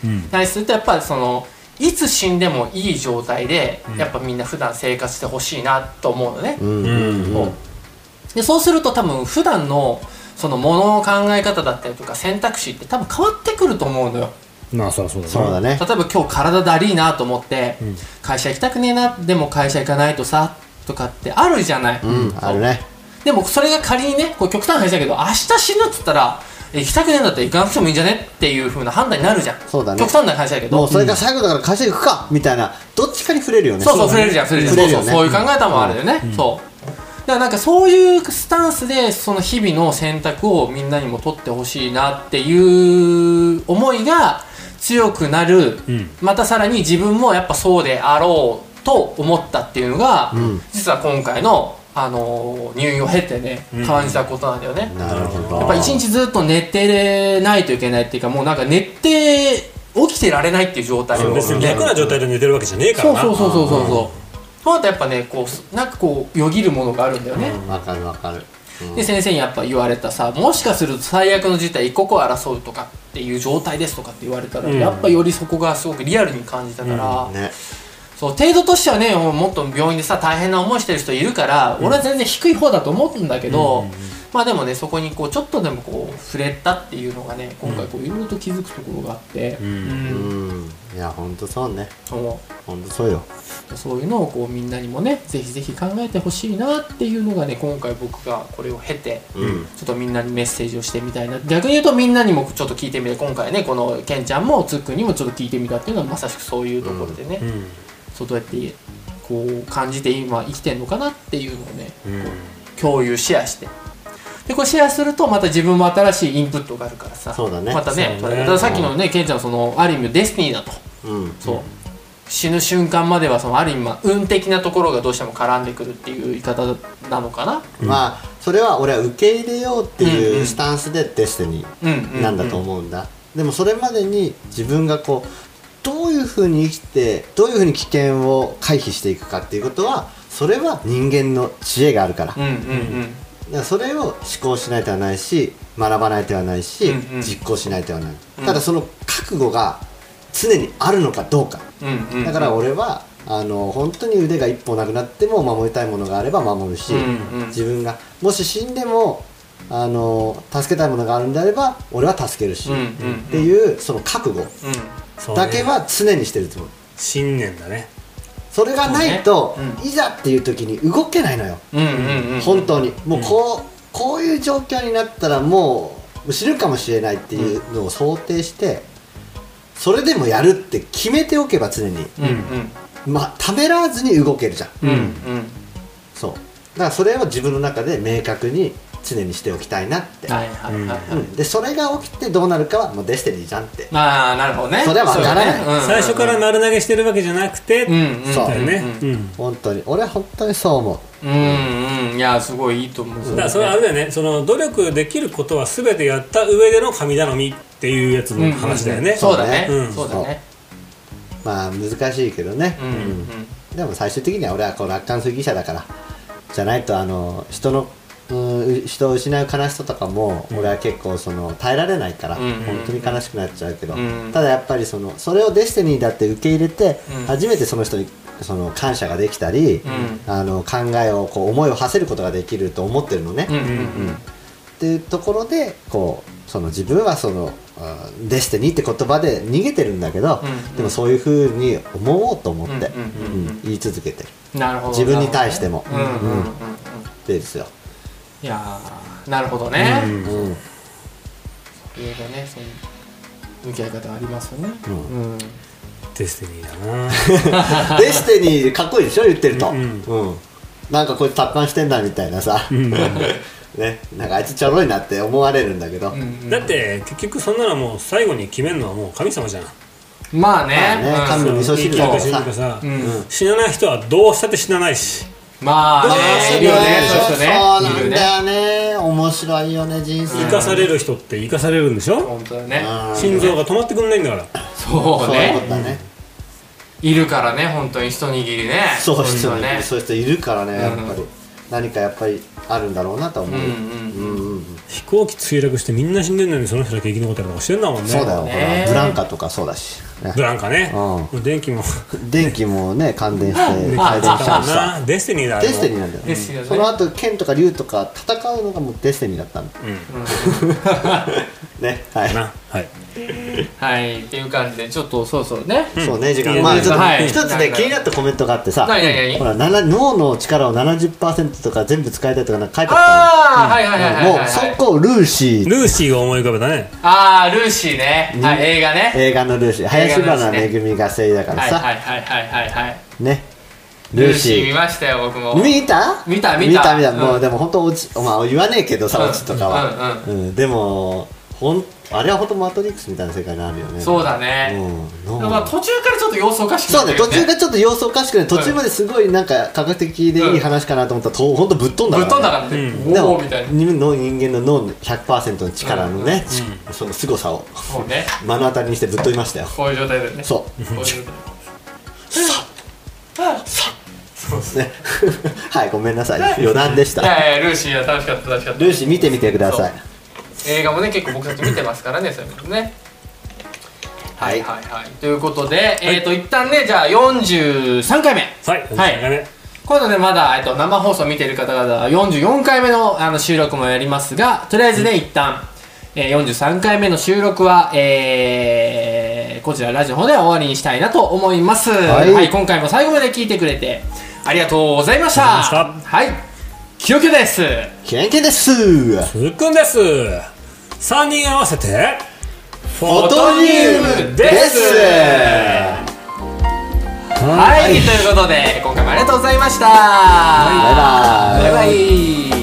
対するとやっぱりそのいつ死んでもいい状態で、うん、やっぱみんな普段生活してほしいなと思うのね、うんうんうん、でそうすると多分普段のそのものの考え方だったりとか選択肢って多分変わってくると思うのよ。 まあそうそうだね。 そうだね。 例えば今日体だりーなと思って、うん、会社行きたくねえな、でも会社行かないとさとかってあるじゃない、 うん、あるね。 でもそれが仮にねこう極端な話だけど明日死ぬっつったら行きたくねえんだったら行かなくてもいいんじゃねっていう風な判断になるじゃん。 そうだね。 極端な話だけどもうそれが最後だから会社行くかみたいなどっちかに触れるよね。 そうそう触れるじゃん触れるじゃん、そうそうそういう考え方もあるよね、うん、そうだからなんかそういうスタンスでその日々の選択をみんなにも取ってほしいなっていう思いが強くなる、うん、またさらに自分もやっぱそうであろうと思ったっていうのが、うん、実は今回のあの入院を経てね感じたことなんだよね、うん、 なるほど。 やっぱ一日ずっと寝てないといけないっていうかもうなんか寝て起きてられないっていう状態を別に楽な状態で寝てるわけじゃねえからな。 そうそうそうそうそうそうだやっぱねこうなんかこうよぎるものがあるんだよね。 わ、うん、かるわかる、うん、 で先生にやっぱ言われたさもしかすると最悪の事態一刻を争うとかっていう状態ですとかって言われたら、うん、やっぱよりそこがすごくリアルに感じたから、うんね、そう程度としてはねもっと病院でさ大変な思いしてる人いるから、うん、俺は全然低い方だと思うんだけど、うんうんうん、まあでもねそこにこうちょっとでもこう触れたっていうのがね今回こういろいろと気づくところがあって、うんうんうん、いやほんとそうね。 そうほんとそうよ。 そういうのをこうみんなにもねぜひぜひ考えてほしいなっていうのがね今回僕がこれを経て、うん、ちょっとみんなにメッセージをしてみたいな。逆に言うとみんなにもちょっと聞いてみて今回ねこのケンちゃんもつっくんにもちょっと聞いてみたっていうのはまさしくそういうところでね、うんうん、そうどうやってこう感じて今生きてんのかなっていうのをね、うん、共有シェアしてでこれシェアするとまた自分も新しいインプットがあるからさそうだねまた ね, ねだからさっきのねケンちゃんそのある意味デスティニーだと、うん、そう死ぬ瞬間まではそのある意味運的なところがどうしても絡んでくるっていう言い方なのかな、 うん、まあそれは俺は受け入れようっていうスタンスでデスティニーなんだと思うんだ。でもそれまでに自分がこうどういうふうに生きてどういうふうに危険を回避していくかっていうことはそれは人間の知恵があるから、うんうんうん、だからそれを思考しない手はないし学ばない手はないし、うんうん、実行しない手はない、うん、ただその覚悟が常にあるのかどうか、うんうんうん、だから俺はあの本当に腕が一本なくなっても守りたいものがあれば守るし、うんうん、自分がもし死んでもあの助けたいものがあるんであれば俺は助けるし、うんうんうん、っていうその覚悟だけは常にしてるつもり、 信念だね。 それがないと、ねうん、いざっていう時に動けないのよ、うんうんうん、本当にもうこう、うん、こういう状況になったらもう死ぬかもしれないっていうのを想定してそれでもやるって決めておけば常に、うんうん、まあためらわずに動けるじゃん、うんうん、そうだからそれを自分の中で明確に常にしておきたいなって、はいはいはいはいうん、でそれが起きてどうなるかはもうデスティニーじゃんって。 ああなるほどね。 それは分からない、 ねうんうん、最初から丸投げしてるわけじゃなくて、うんうん、そうだよね、 うんうん、本当に俺は本当にそう思う。 うんうんいやすごいいいと思う。 だからそれはあれだよねその努力できることは全てやった上での神頼みっていうやつの話だよね、うんうんうん、 そうだね、うん、そうだねまあ難しいけどね、うんうんうん、でも最終的には俺はこう楽観主義者だからじゃないとあの人のうん、人を失う悲しさとかも俺は結構その耐えられないから、うん、本当に悲しくなっちゃうけど、うん、ただやっぱりそのそれをデスティニーだって受け入れて、うん、初めてその人にその感謝ができたり、うん、あの考えをこう思いを馳せることができると思ってるのね、うんうんうん、っていうところでこうその自分はそのデスティニーって言葉で逃げてるんだけど、うんうん、でもそういうふうに思おうと思って、うんうんうん、言い続けてる。なるほど自分に対しても、うんうんうんうん、ですよ。 いやなるほどね、うんうん、いろいろねそういう向き合い方ありますよね、うんうん、 デスティニーだなデスティニーかっこいいでしょ言ってると、うんうん、なんかこいつ達観してんだみたいなさ、うんね、なんかあいつちょろいなって思われるんだけど、うんうん、 だって結局そんなのもう最後に決めるのはもう神様じゃん。 まあね、 まあね神の味噌汁だからさ、うん、死なない人はどうしたって死なないしまあね、いるよね、 そうなんだよね、面白いよね人生。 生かされる人って生かされるんでしょ。 本当だね。 心臓が止まってくんないんだから。 そうね。いるからね、本当に一握りね。 そう人はね、そういう人いるからね、やっぱり何かやっぱりあるんだろうなと思う。 飛行機墜落してみんな死んでるのにその人だけ生き残ったりとかしてんだもんね。 そうだよ、ブランカとかそうだし、 ブランカね、 うん、 電気も電気もね感電して改善したしさ、 デスティニーだ、 デスティニーなんだよ、ね、その後剣とか竜とか戦うのがもうデスティニーだったんだ、うん、ね、はいはいはい、っていう感じでちょっとそうそうね、 うん、そうね時間、まあちょっと一つで気になったコメントがあってさ、ほら脳の力を ななじゅっパーセント とか全部使いたいとかなんか書いてあったの。 ああ、はいはいはいはい、 もうそこルーシールーシーが思い浮かべたね。 ああ、ルーシーね、はい、映画ね、 映画のルーシー、林原めぐみが声優だからさ、 はいはいはいはいはいね、 ルーシー見ましたよ僕も。 見た見た見た見た見た、もうでも本当落ち、まあ言わねえけどさ、落ちとかは、でもほんあれは本当マトリックスみたいな世界になるよね。 そうだね、うん、まあ途中からちょっと様子おかしくなって、 ね、そうね、途中からちょっと様子おかしくね、途中まですごいなんか科学的でいい話かなと思ったら、うん、ほんとぶっ飛んだから、ね、 ぶっ飛んだからね、うん、でもみたいなの人間の脳 ひゃくパーセント の力のね、うん、その凄さを、ね、目の当たりにしてぶっ飛びましたよ。 こういう状態だよね。 そうこういう状態さあさあそうですねはい、ごめんなさい、余談でした。 いやいや、ルーシーは楽しかった楽しかった。 ルーシー見てみてください。 映画もね結構僕たち見てますからね、そういうのね。はいはいはい。ということで、はい、えっ、ー、と一旦ね、じゃあよんじゅうさんかいめ。 はい。はい。 今度ねまだ、えっと、生放送見てる方々はよんじゅうよんかいめのあの収録もやりますが、とりあえずね、うん、一旦、えー、よんじゅうさんかいめの収録は、えー、こちらラジオの方では終わりにしたいなと思います。はい、はい。今回も最後まで聞いてくれてありがとうございました。はい。きよきよです。 けんけんです。 ふっくんです。さんにん合わせてフォトニウムです。はい、ということで今回もありがとうございました。 バイバイ。 バイバイ。